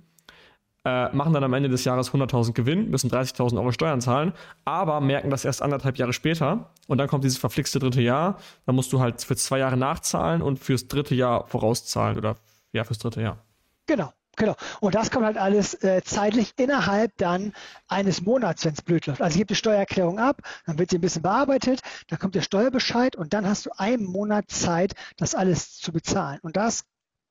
Äh, machen dann am Ende des Jahres hunderttausend Gewinn, müssen dreißigtausend Euro Steuern zahlen, aber merken das erst anderthalb Jahre später und dann kommt dieses verflixte dritte Jahr, dann musst du halt für zwei Jahre nachzahlen und fürs dritte Jahr vorauszahlen oder ja, fürs dritte Jahr. Genau, genau. Und das kommt halt alles äh, zeitlich innerhalb dann eines Monats, wenn es blöd läuft. Also ihr gebt die Steuererklärung ab, dann wird sie ein bisschen bearbeitet, dann kommt der Steuerbescheid und dann hast du einen Monat Zeit, das alles zu bezahlen. Und das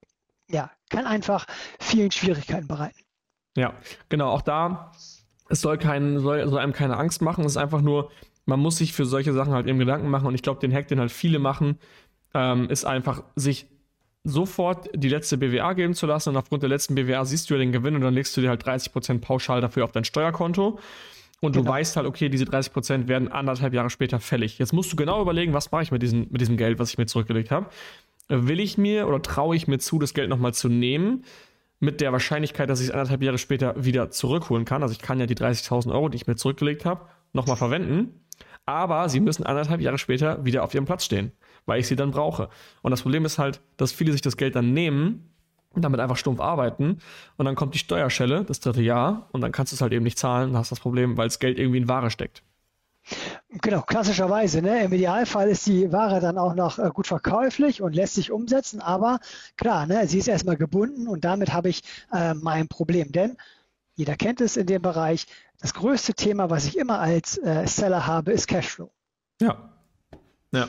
ja, kann einfach vielen Schwierigkeiten bereiten. Ja, genau, auch da, es soll, kein, soll, soll einem keine Angst machen, es ist einfach nur, man muss sich für solche Sachen halt eben Gedanken machen und ich glaube, den Hack, den halt viele machen, ähm, ist einfach, sich sofort die letzte B W A geben zu lassen und aufgrund der letzten B W A siehst du ja den Gewinn und dann legst du dir halt dreißig Prozent pauschal dafür auf dein Steuerkonto Und du Genau. weißt halt, okay, diese dreißig Prozent werden anderthalb Jahre später fällig. Jetzt musst du genau überlegen, was mache ich mit, diesen, mit diesem Geld, was ich mir zurückgelegt habe. Will ich mir oder traue ich mir zu, das Geld nochmal zu nehmen, mit der Wahrscheinlichkeit, dass ich es anderthalb Jahre später wieder zurückholen kann. Also ich kann ja die dreißigtausend Euro, die ich mir zurückgelegt habe, nochmal verwenden. Aber sie müssen anderthalb Jahre später wieder auf ihrem Platz stehen, weil ich sie dann brauche. Und das Problem ist halt, dass viele sich das Geld dann nehmen und damit einfach stumpf arbeiten. Und dann kommt die Steuerschelle, das dritte Jahr, und dann kannst du es halt eben nicht zahlen und hast das Problem, weil das Geld irgendwie in Ware steckt. Genau, klassischerweise. Ne? Im Idealfall ist die Ware dann auch noch äh, gut verkäuflich und lässt sich umsetzen, aber klar, ne, sie ist erstmal gebunden und damit habe ich äh, mein Problem. Denn jeder kennt es in dem Bereich, das größte Thema, was ich immer als äh, Seller habe, ist Cashflow. Ja. Ja.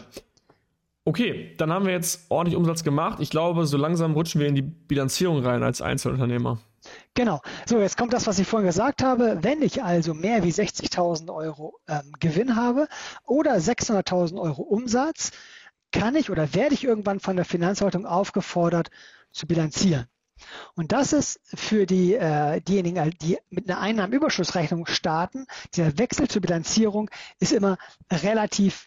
Okay, dann haben wir jetzt ordentlich Umsatz gemacht. Ich glaube, so langsam rutschen wir in die Bilanzierung rein als Einzelunternehmer. Genau. So, jetzt kommt das, was ich vorhin gesagt habe. Wenn ich also mehr wie sechzigtausend Euro ähm, Gewinn habe oder sechshunderttausend Euro Umsatz, kann ich oder werde ich irgendwann von der Finanzverwaltung aufgefordert zu bilanzieren. Und das ist für die, äh, diejenigen, die mit einer Einnahmenüberschussrechnung starten, dieser Wechsel zur Bilanzierung ist immer relativ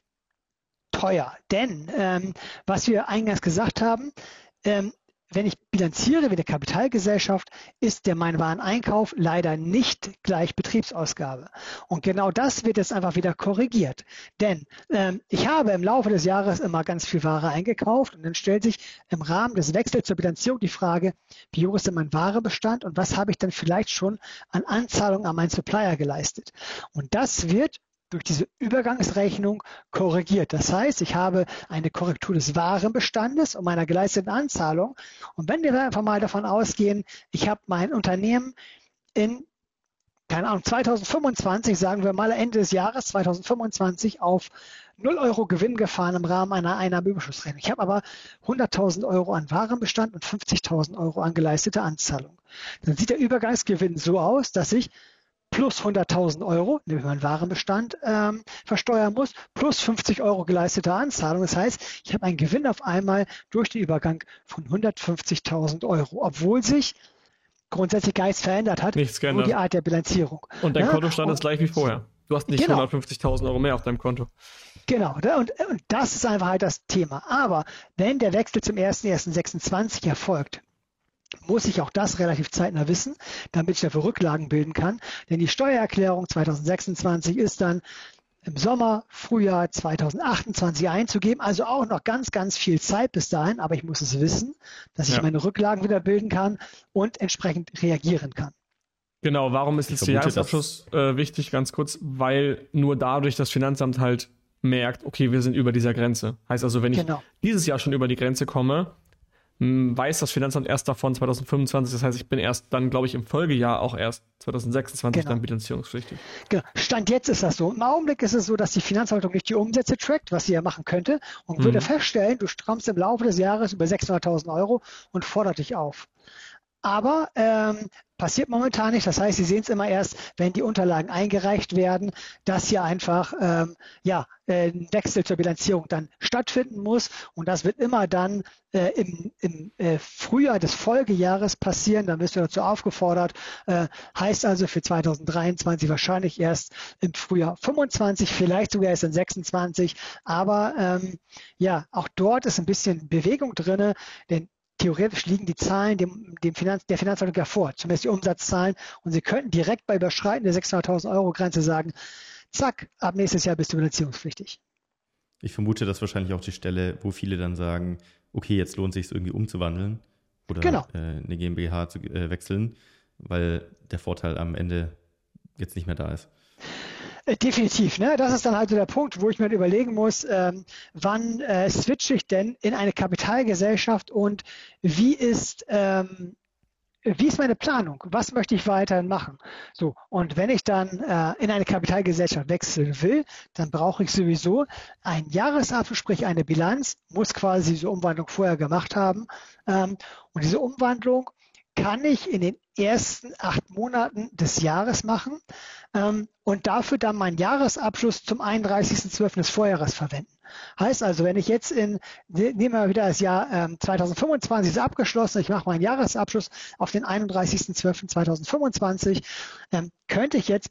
teuer. Denn, ähm, was wir eingangs gesagt haben, ähm, wenn ich bilanziere wie eine Kapitalgesellschaft, ist der mein Wareneinkauf leider nicht gleich Betriebsausgabe. Und genau das wird jetzt einfach wieder korrigiert. Denn ähm, ich habe im Laufe des Jahres immer ganz viel Ware eingekauft und dann stellt sich im Rahmen des Wechsels zur Bilanzierung die Frage, wie hoch ist denn mein Warebestand und was habe ich dann vielleicht schon an Anzahlungen an meinen Supplier geleistet. Und das wird durch diese Übergangsrechnung korrigiert. Das heißt, ich habe eine Korrektur des Warenbestandes und meiner geleisteten Anzahlung. Und wenn wir einfach mal davon ausgehen, ich habe mein Unternehmen in, keine Ahnung, zweitausendfünfundzwanzig, sagen wir mal Ende des Jahres zweitausendfünfundzwanzig auf null Euro Gewinn gefahren im Rahmen einer Einnahmenüberschussrechnung. Ich habe aber hunderttausend Euro an Warenbestand und fünfzigtausend Euro an geleistete Anzahlung. Dann sieht der Übergangsgewinn so aus, dass ich plus hunderttausend Euro, nämlich meinen Warenbestand, ähm, versteuern muss, plus fünfzig Euro geleistete Anzahlung. Das heißt, ich habe einen Gewinn auf einmal durch den Übergang von hundertfünfzigtausend Euro, obwohl sich grundsätzlich gar nichts verändert hat, Nichts nur geändert. die Art der Bilanzierung. Und dein Ja? Kontostand Und, ist gleich wie vorher. Du hast nicht genau. hundertfünfzigtausend Euro mehr auf deinem Konto. Genau, und, und das ist einfach halt das Thema. Aber wenn der Wechsel zum ersten ersten sechsundzwanzig erfolgt, muss ich auch das relativ zeitnah wissen, damit ich dafür Rücklagen bilden kann. Denn die Steuererklärung zweitausendsechsundzwanzig ist dann im Sommer, Frühjahr zweitausendachtundzwanzig einzugeben. Also auch noch ganz, ganz viel Zeit bis dahin. Aber ich muss es wissen, dass ich Ja. meine Rücklagen wieder bilden kann und entsprechend reagieren kann. Genau, warum ist Ich jetzt der vermute, Jahresabschluss äh, wichtig, ganz kurz? Weil nur dadurch das Finanzamt halt merkt, okay, wir sind über dieser Grenze. Heißt also, wenn ich Genau. dieses Jahr schon über die Grenze komme, mh, weiß das Finanzamt erst davon zweitausendfünfundzwanzig. Das heißt, ich bin erst dann, glaube ich, im Folgejahr auch erst zweitausendsechsundzwanzig Genau. dann bilanzierungspflichtig. Genau. Stand jetzt ist das so. Im Augenblick ist es so, dass die Finanzverwaltung nicht die Umsätze trackt, was sie ja machen könnte, und Mhm. würde feststellen, du kommst im Laufe des Jahres über sechshunderttausend Euro und fordert dich auf. Aber ähm, passiert momentan nicht. Das heißt, Sie sehen es immer erst, wenn die Unterlagen eingereicht werden, dass hier einfach ähm, ja, äh, ein Wechsel zur Bilanzierung dann stattfinden muss. Und das wird immer dann äh, im, im äh, Frühjahr des Folgejahres passieren. Dann wirst du dazu aufgefordert. Äh, heißt also für zweitausenddreiundzwanzig wahrscheinlich erst im Frühjahr fünfundzwanzig, vielleicht sogar erst in sechsundzwanzig. Aber ähm, ja, auch dort ist ein bisschen Bewegung drin, denn theoretisch liegen die Zahlen dem, dem Finanz, der Finanzverwaltung ja vor, zumindest die Umsatzzahlen. Und Sie könnten direkt bei Überschreiten der sechshunderttausend Euro Grenze sagen, zack, ab nächstes Jahr bist du bilanzierungspflichtig. Ich vermute, das ist wahrscheinlich auch die Stelle, wo viele dann sagen, okay, jetzt lohnt es sich irgendwie umzuwandeln oder Genau. äh, eine GmbH zu äh, wechseln, weil der Vorteil am Ende jetzt nicht mehr da ist. Äh, Definitiv, ne? Das ist dann halt so der Punkt, wo ich mir überlegen muss, ähm, wann äh, switche ich denn in eine Kapitalgesellschaft und wie ist, ähm, wie ist meine Planung? Was möchte ich weiterhin machen? So, und wenn ich dann äh, in eine Kapitalgesellschaft wechseln will, dann brauche ich sowieso einen Jahresabschluss, sprich eine Bilanz, muss quasi diese Umwandlung vorher gemacht haben. Ähm, und diese Umwandlung kann ich in den ersten acht Monaten des Jahres machen ähm, und dafür dann meinen Jahresabschluss zum einunddreißigsten zwölften des Vorjahres verwenden. Heißt also, wenn ich jetzt in, nehmen wir wieder das Jahr ähm, zweitausendfünfundzwanzig ist abgeschlossen, ich mache meinen Jahresabschluss auf den einunddreißigsten zwölften zweitausendfünfundzwanzig, ähm, könnte ich jetzt bis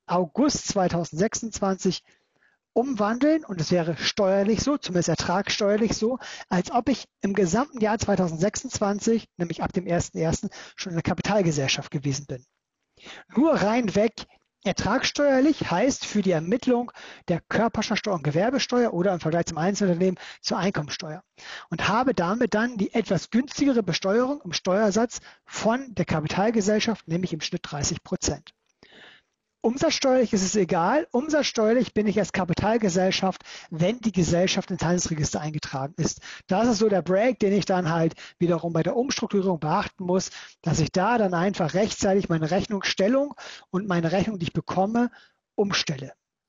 August zweitausendsechsundzwanzig umwandeln und es wäre steuerlich so, zumindest ertragssteuerlich so, als ob ich im gesamten Jahr zweitausendsechsundzwanzig, nämlich ab dem ersten ersten schon in der Kapitalgesellschaft gewesen bin. Nur rein weg ertragssteuerlich heißt für die Ermittlung der Körperschaftsteuer und Gewerbesteuer oder im Vergleich zum Einzelunternehmen zur Einkommensteuer und habe damit dann die etwas günstigere Besteuerung im Steuersatz von der Kapitalgesellschaft, nämlich im Schnitt dreißig Prozent. Umsatzsteuerlich ist es egal. Umsatzsteuerlich bin ich als Kapitalgesellschaft, wenn die Gesellschaft ins Handelsregister eingetragen ist. Das ist so der Break, den ich dann halt wiederum bei der Umstrukturierung beachten muss, dass ich da dann einfach rechtzeitig meine Rechnungsstellung und meine Rechnung, die ich bekomme, umstelle.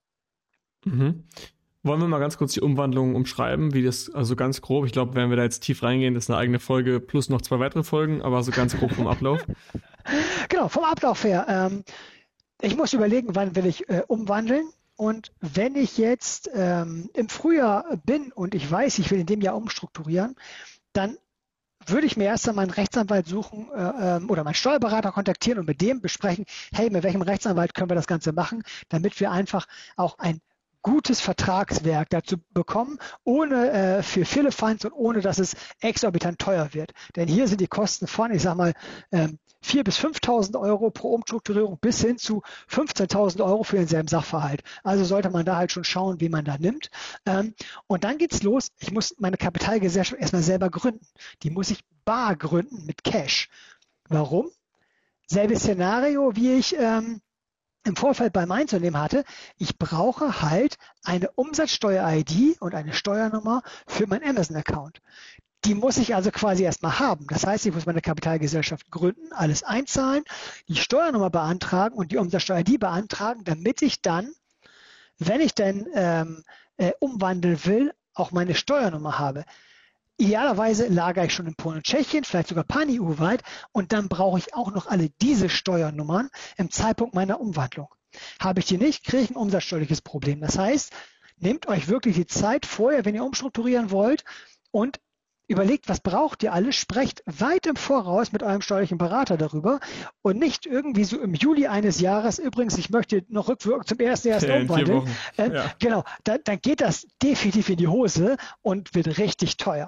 Mhm. Wollen wir mal ganz kurz die Umwandlung umschreiben, wie das, also ganz grob, ich glaube, wenn wir da jetzt tief reingehen, das ist eine eigene Folge plus noch zwei weitere Folgen, aber so ganz grob vom Ablauf. Genau, vom Ablauf her. Ähm, Ich muss überlegen, wann will ich äh, umwandeln. Und wenn ich jetzt ähm, im Frühjahr bin und ich weiß, ich will in dem Jahr umstrukturieren, dann würde ich mir erst einmal einen Rechtsanwalt suchen äh, ähm, oder meinen Steuerberater kontaktieren und mit dem besprechen, hey, mit welchem Rechtsanwalt können wir das Ganze machen, damit wir einfach auch ein gutes Vertragswerk dazu bekommen, ohne äh, für Firlefanz und ohne, dass es exorbitant teuer wird. Denn hier sind die Kosten von, ich sag mal, ähm, viertausend bis fünftausend Euro pro Umstrukturierung bis hin zu fünfzehntausend Euro für denselben Sachverhalt. Also sollte man da halt schon schauen, wie man da nimmt. Ähm, und dann geht's los. Ich muss meine Kapitalgesellschaft erstmal selber gründen. Die muss ich bar gründen mit Cash. Warum? Selbes Szenario, wie ich ähm, im Vorfeld beim Einzelunternehmen hatte. Ich brauche halt eine Umsatzsteuer-I D und eine Steuernummer für meinen Amazon-Account. Die muss ich also quasi erstmal haben. Das heißt, ich muss meine Kapitalgesellschaft gründen, alles einzahlen, die Steuernummer beantragen und die Umsatzsteuer-I D beantragen, damit ich dann, wenn ich denn ähm, äh, umwandeln will, auch meine Steuernummer habe. Idealerweise lagere ich schon in Polen und Tschechien, vielleicht sogar pan-E U-weit und dann brauche ich auch noch alle diese Steuernummern im Zeitpunkt meiner Umwandlung. Habe ich die nicht, kriege ich ein umsatzsteuerliches Problem. Das heißt, nehmt euch wirklich die Zeit vorher, wenn ihr umstrukturieren wollt und überlegt, was braucht ihr alles, sprecht weit im Voraus mit eurem steuerlichen Berater darüber und nicht irgendwie so im Juli eines Jahres, übrigens, ich möchte noch rückwirkend zum ersten ersten Ja, in vier umwandeln. Wochen. Äh, Ja. Genau, da, dann geht das definitiv in die Hose und wird richtig teuer.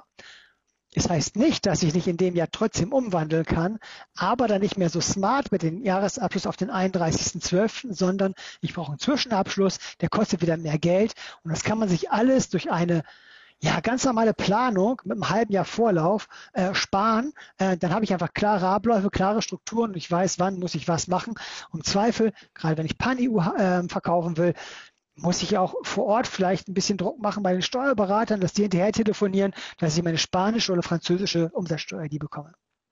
Das heißt nicht, dass ich nicht in dem Jahr trotzdem umwandeln kann, aber dann nicht mehr so smart mit dem Jahresabschluss auf den einunddreißigsten zwölften, sondern ich brauche einen Zwischenabschluss, der kostet wieder mehr Geld und das kann man sich alles durch eine ja, ganz normale Planung mit einem halben Jahr Vorlauf äh, sparen. Äh, dann habe ich einfach klare Abläufe, klare Strukturen und ich weiß, wann muss ich was machen. Und im Zweifel, gerade wenn ich pan-E U äh, verkaufen will, muss ich auch vor Ort vielleicht ein bisschen Druck machen bei den Steuerberatern, dass die hinterher telefonieren, dass ich meine spanische oder französische Umsatzsteuer-I D bekomme.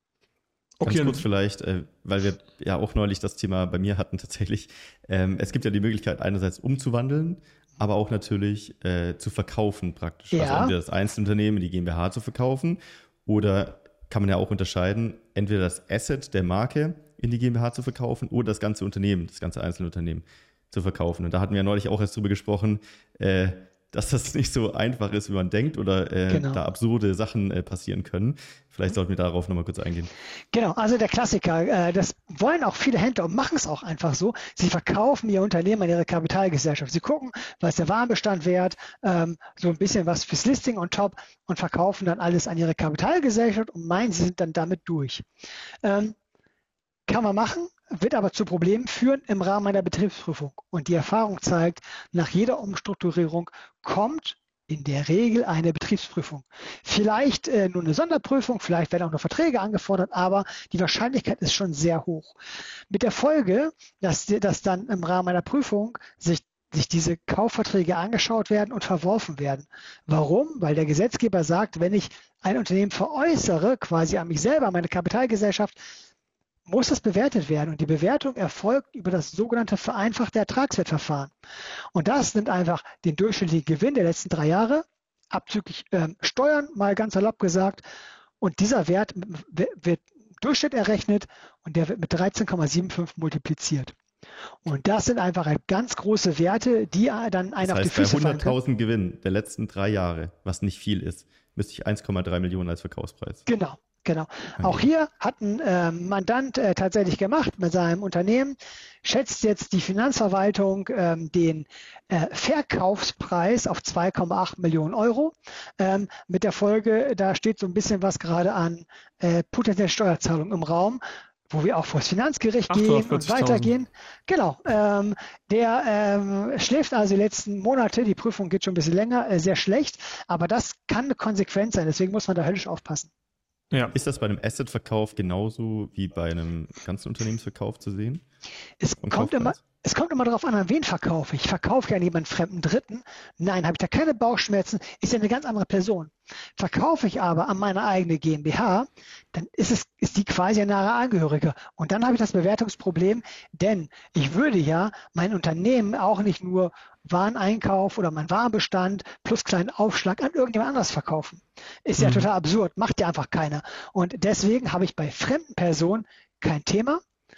Ganz Okay, kurz vielleicht, äh, weil wir ja auch neulich das Thema bei mir hatten tatsächlich. Ähm, es gibt ja die Möglichkeit einerseits umzuwandeln, aber auch natürlich äh, zu verkaufen praktisch. Ja. Also entweder das Einzelunternehmen, die GmbH zu verkaufen oder kann man ja auch unterscheiden, entweder das Asset der Marke in die GmbH zu verkaufen oder das ganze Unternehmen, das ganze Einzelunternehmen zu verkaufen. Und da hatten wir ja neulich auch erst drüber gesprochen, äh, dass das nicht so einfach ist, wie man denkt oder äh, Genau. da absurde Sachen äh, passieren können. Vielleicht sollten wir darauf nochmal kurz eingehen. Genau, also der Klassiker, äh, das wollen auch viele Händler und machen es auch einfach so. Sie verkaufen ihr Unternehmen an ihre Kapitalgesellschaft. Sie gucken, was ist der Warenbestand wert, ähm, so ein bisschen was fürs Listing on top und verkaufen dann alles an ihre Kapitalgesellschaft und meinen, sie sind dann damit durch. Ähm, kann man machen, wird aber zu Problemen führen im Rahmen einer Betriebsprüfung. Und die Erfahrung zeigt, nach jeder Umstrukturierung kommt in der Regel eine Betriebsprüfung. Vielleicht äh, nur eine Sonderprüfung, vielleicht werden auch noch Verträge angefordert, aber die Wahrscheinlichkeit ist schon sehr hoch. Mit der Folge, dass, dass dann im Rahmen einer Prüfung sich sich diese Kaufverträge angeschaut werden und verworfen werden. Warum? Weil der Gesetzgeber sagt, wenn ich ein Unternehmen veräußere, quasi an mich selber, an meine Kapitalgesellschaft, muss das bewertet werden. Und die Bewertung erfolgt über das sogenannte vereinfachte Ertragswertverfahren. Und das nimmt einfach den durchschnittlichen Gewinn der letzten drei Jahre, abzüglich ähm, Steuern, mal ganz salopp gesagt. Und dieser Wert wird im Durchschnitt errechnet und der wird mit dreizehn Komma fünfundsiebzig multipliziert. Und das sind einfach ganz große Werte, die dann einen Das auf die heißt, bei Füße fallen können. hunderttausend Gewinn der letzten drei Jahre, was nicht viel ist, müsste ich eins Komma drei Millionen als Verkaufspreis. Genau. Genau. Auch hier hat ein äh, Mandant äh, tatsächlich gemacht mit seinem Unternehmen, schätzt jetzt die Finanzverwaltung ähm, den äh, Verkaufspreis auf zwei Komma acht Millionen Euro. Ähm, mit der Folge, da steht so ein bisschen was gerade an äh, potenziellen Steuerzahlungen im Raum, wo wir auch vor das Finanzgericht gehen und weitergehen. Genau. Ähm, der ähm, schläft also die letzten Monate, die Prüfung geht schon ein bisschen länger, äh, sehr schlecht, aber das kann eine Konsequenz sein, deswegen muss man da höllisch aufpassen. Ja. Ist das bei einem Asset-Verkauf genauso wie bei einem ganzen Unternehmensverkauf zu sehen? Es kommt immer, es kommt immer darauf an, an wen verkaufe ich. Verkaufe ich an jemanden fremden Dritten? Nein, habe ich da keine Bauchschmerzen, ist ja eine ganz andere Person. Verkaufe ich aber an meine eigene GmbH, dann ist es, ist die quasi ein nahe Angehörige. Und dann habe ich das Bewertungsproblem, denn ich würde ja mein Unternehmen auch nicht nur Wareneinkauf oder mein Warenbestand plus kleinen Aufschlag an irgendjemand anders verkaufen. Ist ja mhm. total absurd, macht ja einfach keiner. Und deswegen habe ich bei fremden Personen kein Thema,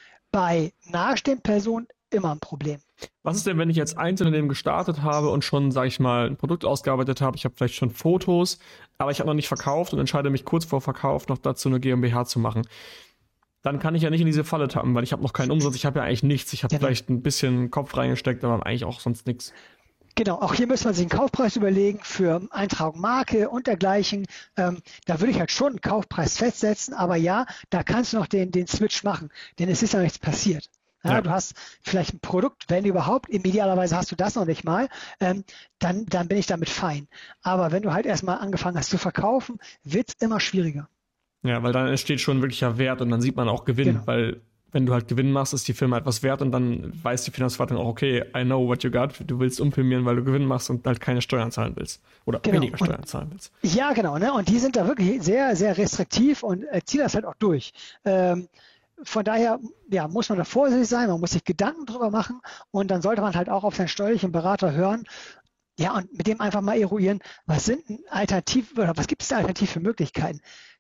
bei nahestehenden Personen immer ein Problem. Was ist denn, wenn ich jetzt Einzelunternehmen gestartet habe und schon, sage ich mal, ein Produkt ausgearbeitet habe, ich habe vielleicht schon Fotos, aber ich habe noch nicht verkauft und entscheide mich kurz vor Verkauf noch dazu eine GmbH zu machen? Dann kann ich ja nicht in diese Falle tappen, weil ich habe noch keinen Umsatz, ich habe ja eigentlich nichts. Ich habe genau. vielleicht ein bisschen Kopf reingesteckt, aber eigentlich auch sonst nichts. Genau, auch hier müssen wir sich einen Kaufpreis überlegen für Eintragung Marke und dergleichen. Ähm, da würde ich halt schon einen Kaufpreis festsetzen, aber ja, da kannst du noch den, den Switch machen, denn es ist ja nichts passiert. Ja, ja. Du hast vielleicht ein Produkt, wenn überhaupt, idealerweise hast du das noch nicht mal, ähm, dann, dann bin ich damit fein. Aber wenn du halt erstmal angefangen hast zu verkaufen, wird es immer schwieriger. Ja, weil dann entsteht schon wirklicher Wert und dann sieht man auch Gewinn, genau. weil wenn du halt Gewinn machst, ist die Firma etwas wert und dann weiß die Finanzverwaltung auch, okay, I know what you got, du willst umfirmieren, weil du Gewinn machst und halt keine Steuern zahlen willst oder genau. weniger Steuern und, zahlen willst. Ja, genau, ne? Und die sind da wirklich sehr, sehr restriktiv und äh, ziehen das halt auch durch. Ähm, von daher ja, muss man da vorsichtig sein, man muss sich Gedanken drüber machen und dann sollte man halt auch auf seinen steuerlichen Berater hören. Ja, und mit dem einfach mal eruieren, was sind Alternativen oder was gibt es da alternativ für Möglichkeiten?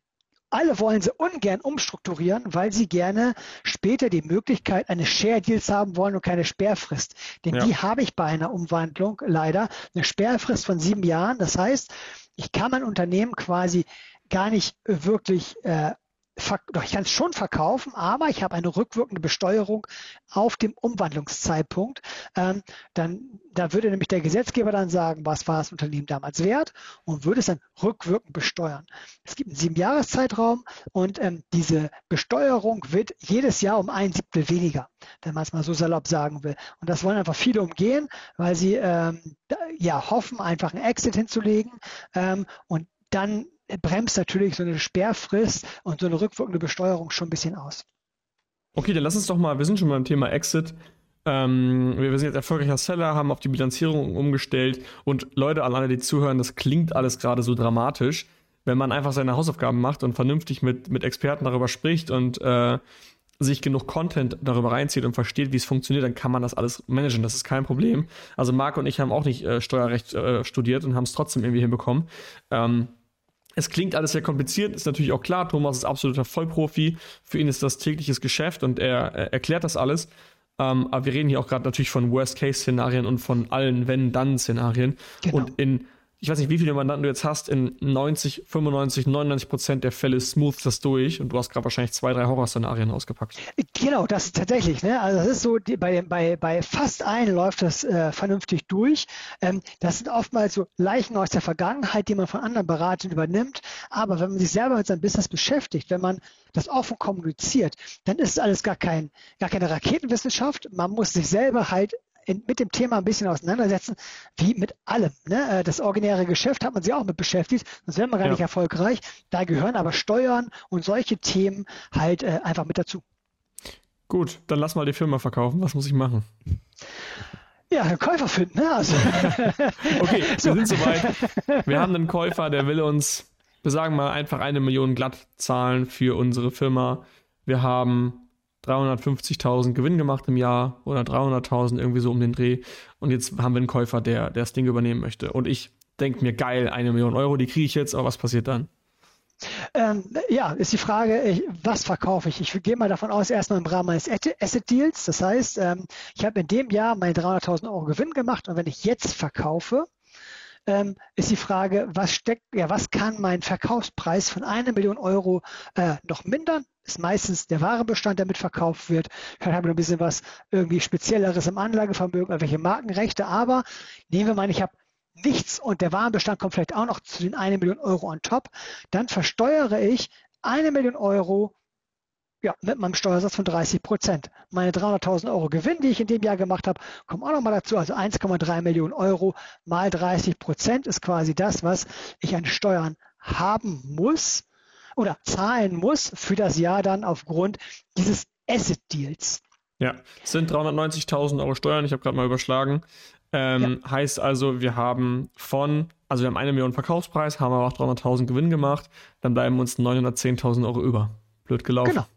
Alle wollen sie ungern umstrukturieren, weil sie gerne später die Möglichkeit eines Share-Deals haben wollen und keine Sperrfrist. Denn ja. die habe ich bei einer Umwandlung leider. Eine Sperrfrist von sieben Jahren. Das heißt, ich kann mein Unternehmen quasi gar nicht wirklich äh, Doch, ich kann es schon verkaufen, aber ich habe eine rückwirkende Besteuerung auf dem Umwandlungszeitpunkt. Ähm, dann, da würde nämlich der Gesetzgeber dann sagen, was war das Unternehmen damals wert und würde es dann rückwirkend besteuern. Es gibt einen Siebenjahreszeitraum und ähm, diese Besteuerung wird jedes Jahr um ein Siebtel weniger, wenn man es mal so salopp sagen will. Und das wollen einfach viele umgehen, weil sie ähm, ja hoffen, einfach einen Exit hinzulegen ähm, und dann bremst natürlich so eine Sperrfrist und so eine rückwirkende Besteuerung schon ein bisschen aus. Okay, dann lass uns doch mal, wir sind schon beim Thema Exit. Ähm, wir sind jetzt erfolgreicher Seller, haben auf die Bilanzierung umgestellt und Leute, alle, die zuhören, das klingt alles gerade so dramatisch. Wenn man einfach seine Hausaufgaben macht und vernünftig mit, mit Experten darüber spricht und äh, sich genug Content darüber reinzieht und versteht, wie es funktioniert, dann kann man das alles managen. Das ist kein Problem. Also Marc und ich haben auch nicht äh, Steuerrecht äh, studiert und haben es trotzdem irgendwie hinbekommen. Ähm, Es klingt alles sehr kompliziert, ist natürlich auch klar, Thomas ist absoluter Vollprofi, für ihn ist das tägliches Geschäft und er, er erklärt das alles, ähm, aber wir reden hier auch gerade natürlich von Worst-Case-Szenarien und von allen Wenn-Dann-Szenarien genau. und in, ich weiß nicht, wie viele Mandanten du jetzt hast, in neunzig, fünfundneunzig, neunundneunzig Prozent der Fälle smooth das durch und du hast gerade wahrscheinlich zwei, drei Horrorszenarien ausgepackt. Genau, das ist tatsächlich, ne? Also das ist so, die, bei, bei, bei fast allen läuft das äh, vernünftig durch. Ähm, das sind oftmals so Leichen aus der Vergangenheit, die man von anderen Beratern übernimmt. Aber wenn man sich selber mit seinem Business beschäftigt, wenn man das offen kommuniziert, dann ist alles gar kein, gar keine Raketenwissenschaft. Man muss sich selber halt In, mit dem Thema ein bisschen auseinandersetzen, wie mit allem. Ne? Das originäre Geschäft hat man sich auch mit beschäftigt, sonst wäre man gar ja. nicht erfolgreich. Da gehören aber Steuern und solche Themen halt äh, einfach mit dazu. Gut, dann lass mal die Firma verkaufen. Was muss ich machen? Ja, einen Käufer finden. Ne? Also. Okay, so. wir sind soweit. Wir haben einen Käufer, der will uns, wir sagen mal, einfach eine Million glatt zahlen für unsere Firma. Wir haben dreihundertfünfzigtausend Gewinn gemacht im Jahr oder dreihunderttausend irgendwie so um den Dreh. Und jetzt haben wir einen Käufer, der, der das Ding übernehmen möchte. Und ich denke mir, geil, eine Million Euro, die kriege ich jetzt, aber was passiert dann? Ähm, ja, ist die Frage, ich, was verkaufe ich? Ich gehe mal davon aus, erstmal im Rahmen eines Asset Deals. Das heißt, ähm, ich habe in dem Jahr meine dreihunderttausend Euro Gewinn gemacht und wenn ich jetzt verkaufe, ähm, ist die Frage, was steckt, ja, was kann mein Verkaufspreis von einer Million Euro äh, noch mindern? Ist meistens der Warenbestand, der mit verkauft wird. Vielleicht haben wir noch ein bisschen was irgendwie Spezielleres im Anlagevermögen, irgendwelche Markenrechte, aber nehmen wir mal, ich habe nichts und der Warenbestand kommt vielleicht auch noch zu den eine Million Euro on top, dann versteuere ich eine Million Euro ja, mit meinem Steuersatz von dreißig Prozent. Meine dreihunderttausend Euro Gewinn, die ich in dem Jahr gemacht habe, kommen auch nochmal dazu. Also eins Komma drei Millionen Euro mal dreißig Prozent ist quasi das, was ich an Steuern haben muss oder zahlen muss für das Jahr dann aufgrund dieses Asset Deals. Ja, es sind dreihundertneunzigtausend Euro Steuern. Ich habe gerade mal überschlagen. Ähm, ja. Heißt also, wir haben von, also wir haben eine Million Verkaufspreis, haben aber auch dreihunderttausend Gewinn gemacht, dann bleiben uns neunhundertzehntausend Euro über. Blöd gelaufen. Genau.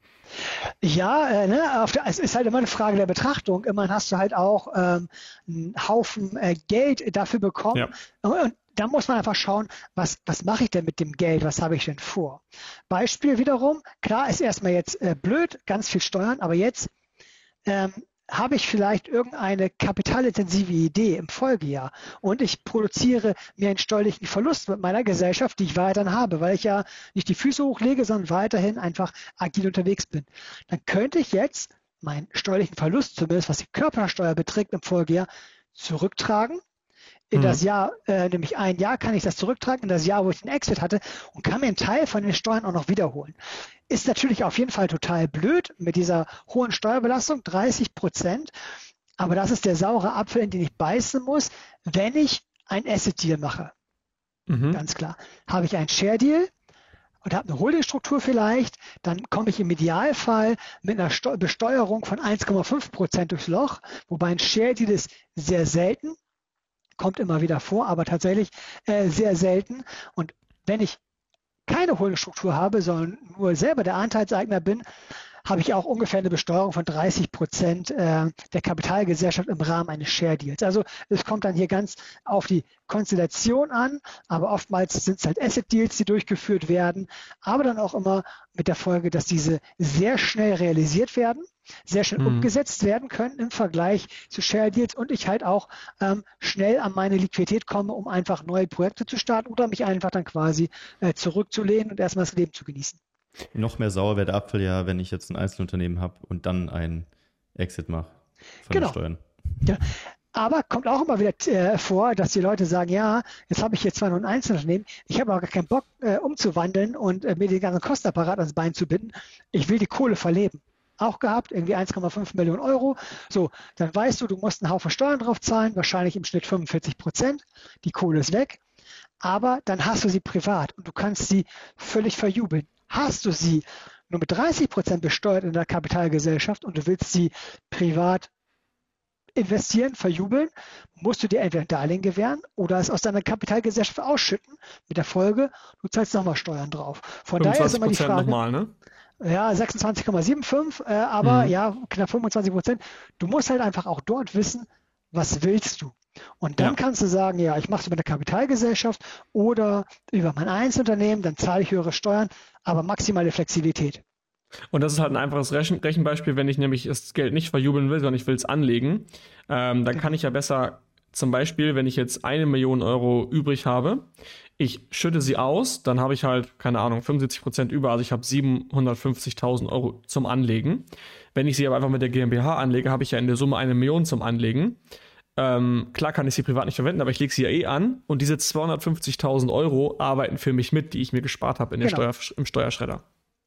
Ja, äh, ne, auf der, es ist halt immer eine Frage der Betrachtung. Immerhin hast du halt auch ähm, einen Haufen äh, Geld dafür bekommen. Ja. Und, und da muss man einfach schauen, was, was mache ich denn mit dem Geld? Was habe ich denn vor? Beispiel wiederum, klar ist erstmal jetzt äh, blöd, ganz viel Steuern, aber jetzt ähm, habe ich vielleicht irgendeine kapitalintensive Idee im Folgejahr und ich produziere mir einen steuerlichen Verlust mit meiner Gesellschaft, die ich weiterhin habe, weil ich ja nicht die Füße hochlege, sondern weiterhin einfach agil unterwegs bin. Dann könnte ich jetzt meinen steuerlichen Verlust, zumindest was die Körpersteuer beträgt im Folgejahr, zurücktragen. In mhm. das Jahr, äh, nämlich ein Jahr kann ich das zurücktragen, in das Jahr, wo ich den Exit hatte und kann mir einen Teil von den Steuern auch noch wiederholen. Ist natürlich auf jeden Fall total blöd mit dieser hohen Steuerbelastung, dreißig Prozent, aber das ist der saure Apfel, in den ich beißen muss, wenn ich ein Asset-Deal mache. Mhm. Ganz klar. Habe ich einen Share-Deal und habe eine Holdingstruktur vielleicht, dann komme ich im Idealfall mit einer Steu- Besteuerung von eins Komma fünf Prozent durchs Loch, wobei ein Share-Deal ist sehr selten, kommt immer wieder vor, aber tatsächlich äh, sehr selten. Und wenn ich keine Holdingstruktur habe, sondern nur selber der Anteilseigner bin, habe ich auch ungefähr eine Besteuerung von dreißig Prozent äh, der Kapitalgesellschaft im Rahmen eines Share Deals. Also es kommt dann hier ganz auf die Konstellation an, aber oftmals sind es halt Asset Deals, die durchgeführt werden, aber dann auch immer mit der Folge, dass diese sehr schnell realisiert werden, sehr schnell mhm. umgesetzt werden können im Vergleich zu Share Deals und ich halt auch ähm, schnell an meine Liquidität komme, um einfach neue Projekte zu starten oder mich einfach dann quasi äh, zurückzulehnen und erstmal das Leben zu genießen. Noch mehr sauer wäre der Apfel ja, wenn ich jetzt ein Einzelunternehmen habe und dann einen Exit mache von genau. den Steuern. Ja. Aber kommt auch immer wieder äh, vor, dass die Leute sagen, ja, jetzt habe ich jetzt zwar nur ein Einzelunternehmen, ich habe aber gar keinen Bock äh, umzuwandeln und äh, mir den ganzen Kostenapparat ans Bein zu binden. Ich will die Kohle verleben. Auch gehabt, irgendwie eins Komma fünf Millionen Euro. So, dann weißt du, du musst einen Haufen Steuern drauf zahlen, wahrscheinlich im Schnitt fünfundvierzig Prozent. Die Kohle ist weg. Aber dann hast du sie privat und du kannst sie völlig verjubeln. Hast du sie nur mit dreißig Prozent besteuert in der Kapitalgesellschaft und du willst sie privat investieren, verjubeln, musst du dir entweder ein Darlehen gewähren oder es aus deiner Kapitalgesellschaft ausschütten, mit der Folge, du zahlst nochmal Steuern drauf. Von daher ist immer die Frage, nochmal, ne? Ja, sechsundzwanzig Komma fünfundsiebzig, äh, aber mhm. ja, knapp fünfundzwanzig Prozent. Du musst halt einfach auch dort wissen, was willst du? Und dann ja. kannst du sagen, ja, ich mache es über eine Kapitalgesellschaft oder über mein Einzelunternehmen, dann zahle ich höhere Steuern, aber maximale Flexibilität. Und das ist halt ein einfaches Rechen- Rechenbeispiel, wenn ich nämlich das Geld nicht verjubeln will, sondern ich will es anlegen, ähm, dann kann ich ja besser zum Beispiel, wenn ich jetzt eine Million Euro übrig habe, ich schütte sie aus, dann habe ich halt, keine Ahnung, fünfundsiebzig Prozent über, also ich habe siebenhundertfünfzigtausend Euro zum Anlegen. Wenn ich sie aber einfach mit der GmbH anlege, habe ich ja in der Summe eine Million zum Anlegen. Ähm, klar kann ich sie privat nicht verwenden, aber ich lege sie ja eh an und diese zweihundertfünfzigtausend Euro arbeiten für mich mit, die ich mir gespart habe in den genau. Steuer, im Steuerschredder.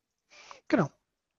Genau.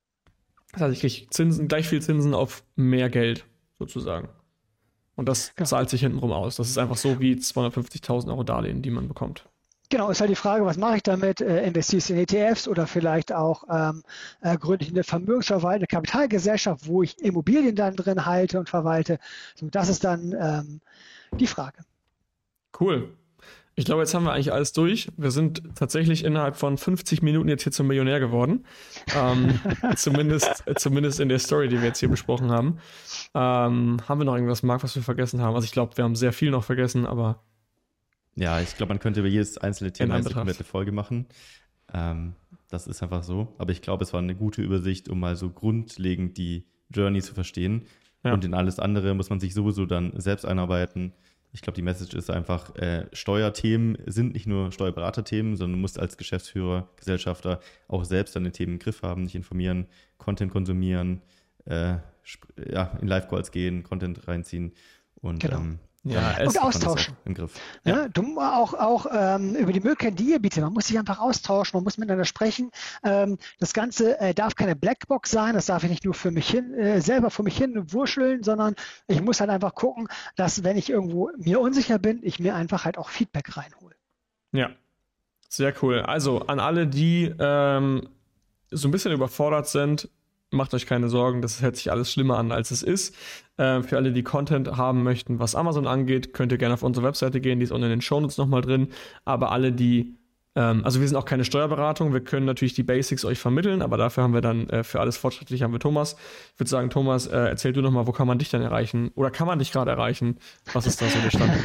Das heißt, ich kriege Zinsen, gleich viel Zinsen auf mehr Geld sozusagen. Und das genau. zahlt sich hintenrum aus. Das ist einfach so wie zweihundertfünfzigtausend Euro Darlehen, die man bekommt. Genau, ist halt die Frage, was mache ich damit? Äh, investierst du in E T Fs oder vielleicht auch ähm, äh, gründe ich eine Vermögensverwaltung, eine Kapitalgesellschaft, wo ich Immobilien dann drin halte und verwalte. So, das ist dann ähm, die Frage. Cool. Ich glaube, jetzt haben wir eigentlich alles durch. Wir sind tatsächlich innerhalb von fünfzig Minuten jetzt hier zum Millionär geworden. Ähm, zumindest, zumindest in der Story, die wir jetzt hier besprochen haben. Ähm, haben wir noch irgendwas, Marc, was wir vergessen haben? Also ich glaube, wir haben sehr viel noch vergessen, aber ja, ich glaube, man könnte über jedes einzelne Thema eine komplette Folge machen. Ähm, das ist einfach so. Aber ich glaube, es war eine gute Übersicht, um mal so grundlegend die Journey zu verstehen. Ja. Und in alles andere muss man sich sowieso dann selbst einarbeiten. Ich glaube, die Message ist einfach, äh, Steuerthemen sind nicht nur Steuerberaterthemen, sondern du musst als Geschäftsführer, Gesellschafter auch selbst deine Themen im Griff haben, dich informieren, Content konsumieren, äh, ja, in Live-Calls gehen, Content reinziehen und genau. ähm, Ja, und austauschen. Im Griff. Ja. Ja, du, auch auch ähm, über die Möglichkeiten, die ihr bietet. Man muss sich einfach austauschen, man muss miteinander sprechen. Ähm, das Ganze äh, darf keine Blackbox sein, das darf ich nicht nur für mich hin, äh, selber vor mich hin wurscheln, sondern ich muss halt einfach gucken, dass, wenn ich irgendwo mir unsicher bin, ich mir einfach halt auch Feedback reinhole. Ja, sehr cool. Also an alle, die ähm, so ein bisschen überfordert sind, macht euch keine Sorgen, das hört sich alles schlimmer an, als es ist. Äh, für alle, die Content haben möchten, was Amazon angeht, könnt ihr gerne auf unsere Webseite gehen, die ist unten in den Shownotes nochmal drin. Aber alle, die, ähm, also wir sind auch keine Steuerberatung, wir können natürlich die Basics euch vermitteln, aber dafür haben wir dann, äh, für alles fortschrittlich haben wir Thomas. Ich würde sagen, Thomas, äh, erzähl du nochmal, wo kann man dich denn erreichen? Oder kann man dich gerade erreichen? Was ist da so der Stand?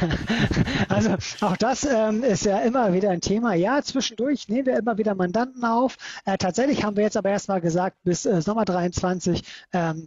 Also auch das ähm, ist ja immer wieder ein Thema. Ja, zwischendurch nehmen wir immer wieder Mandanten auf. Äh, tatsächlich haben wir jetzt aber erstmal gesagt, bis äh, Sommer dreiundzwanzig ähm,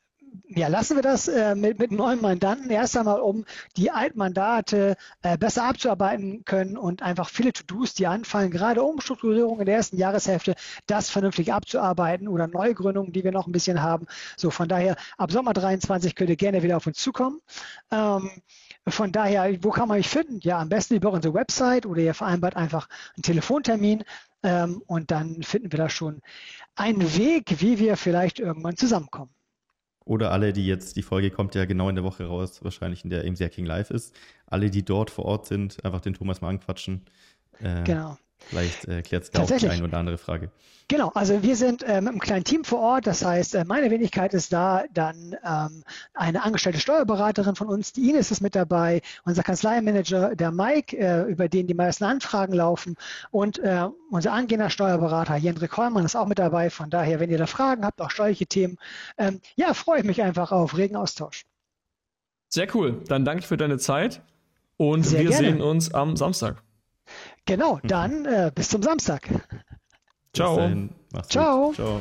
ja, lassen wir das äh, mit, mit neuen Mandanten erst einmal, um die Altmandate äh, besser abzuarbeiten können und einfach viele To-Dos, die anfallen, gerade Umstrukturierung in der ersten Jahreshälfte, das vernünftig abzuarbeiten oder Neugründungen, die wir noch ein bisschen haben. So, von daher, ab Sommer dreiundzwanzig könnt ihr gerne wieder auf uns zukommen. Ähm, von daher, wo kann man mich finden? Ja, am besten über unsere Website oder ihr vereinbart einfach einen Telefontermin ähm, und dann finden wir da schon einen Weg, wie wir vielleicht irgendwann zusammenkommen. Oder alle, die jetzt, die Folge kommt ja genau in der Woche raus, wahrscheinlich in der A M C Hacking Live ist. Alle, die dort vor Ort sind, einfach den Thomas mal anquatschen. Äh, genau. Vielleicht äh, klärt es da auch die eine oder andere Frage. Genau, also wir sind äh, mit einem kleinen Team vor Ort. Das heißt, äh, meine Wenigkeit ist da, dann ähm, eine angestellte Steuerberaterin von uns, die Ines ist mit dabei, unser Kanzleimanager, der Mike, äh, über den die meisten Anfragen laufen und äh, unser angehender Steuerberater, Jendrik Hollmann, ist auch mit dabei. Von daher, wenn ihr da Fragen habt, auch steuerliche Themen, ähm, ja, freue ich mich einfach auf regen Austausch. Sehr cool, dann danke für deine Zeit und Sehr wir gerne. sehen uns am Samstag. Genau, dann äh, bis zum Samstag. Ciao. Ciao. Ciao.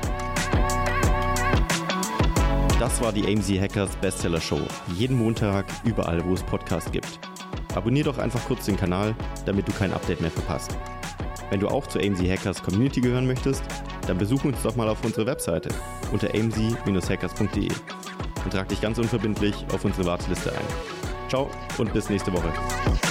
Das war die A M C Hackers Bestseller Show. Jeden Montag, überall, wo es Podcasts gibt. Abonnier doch einfach kurz den Kanal, damit du kein Update mehr verpasst. Wenn du auch zur A M C Hackers Community gehören möchtest, dann besuch uns doch mal auf unserer Webseite unter a m c dash hackers punkt d e und trag dich ganz unverbindlich auf unsere Warteliste ein. Ciao und bis nächste Woche.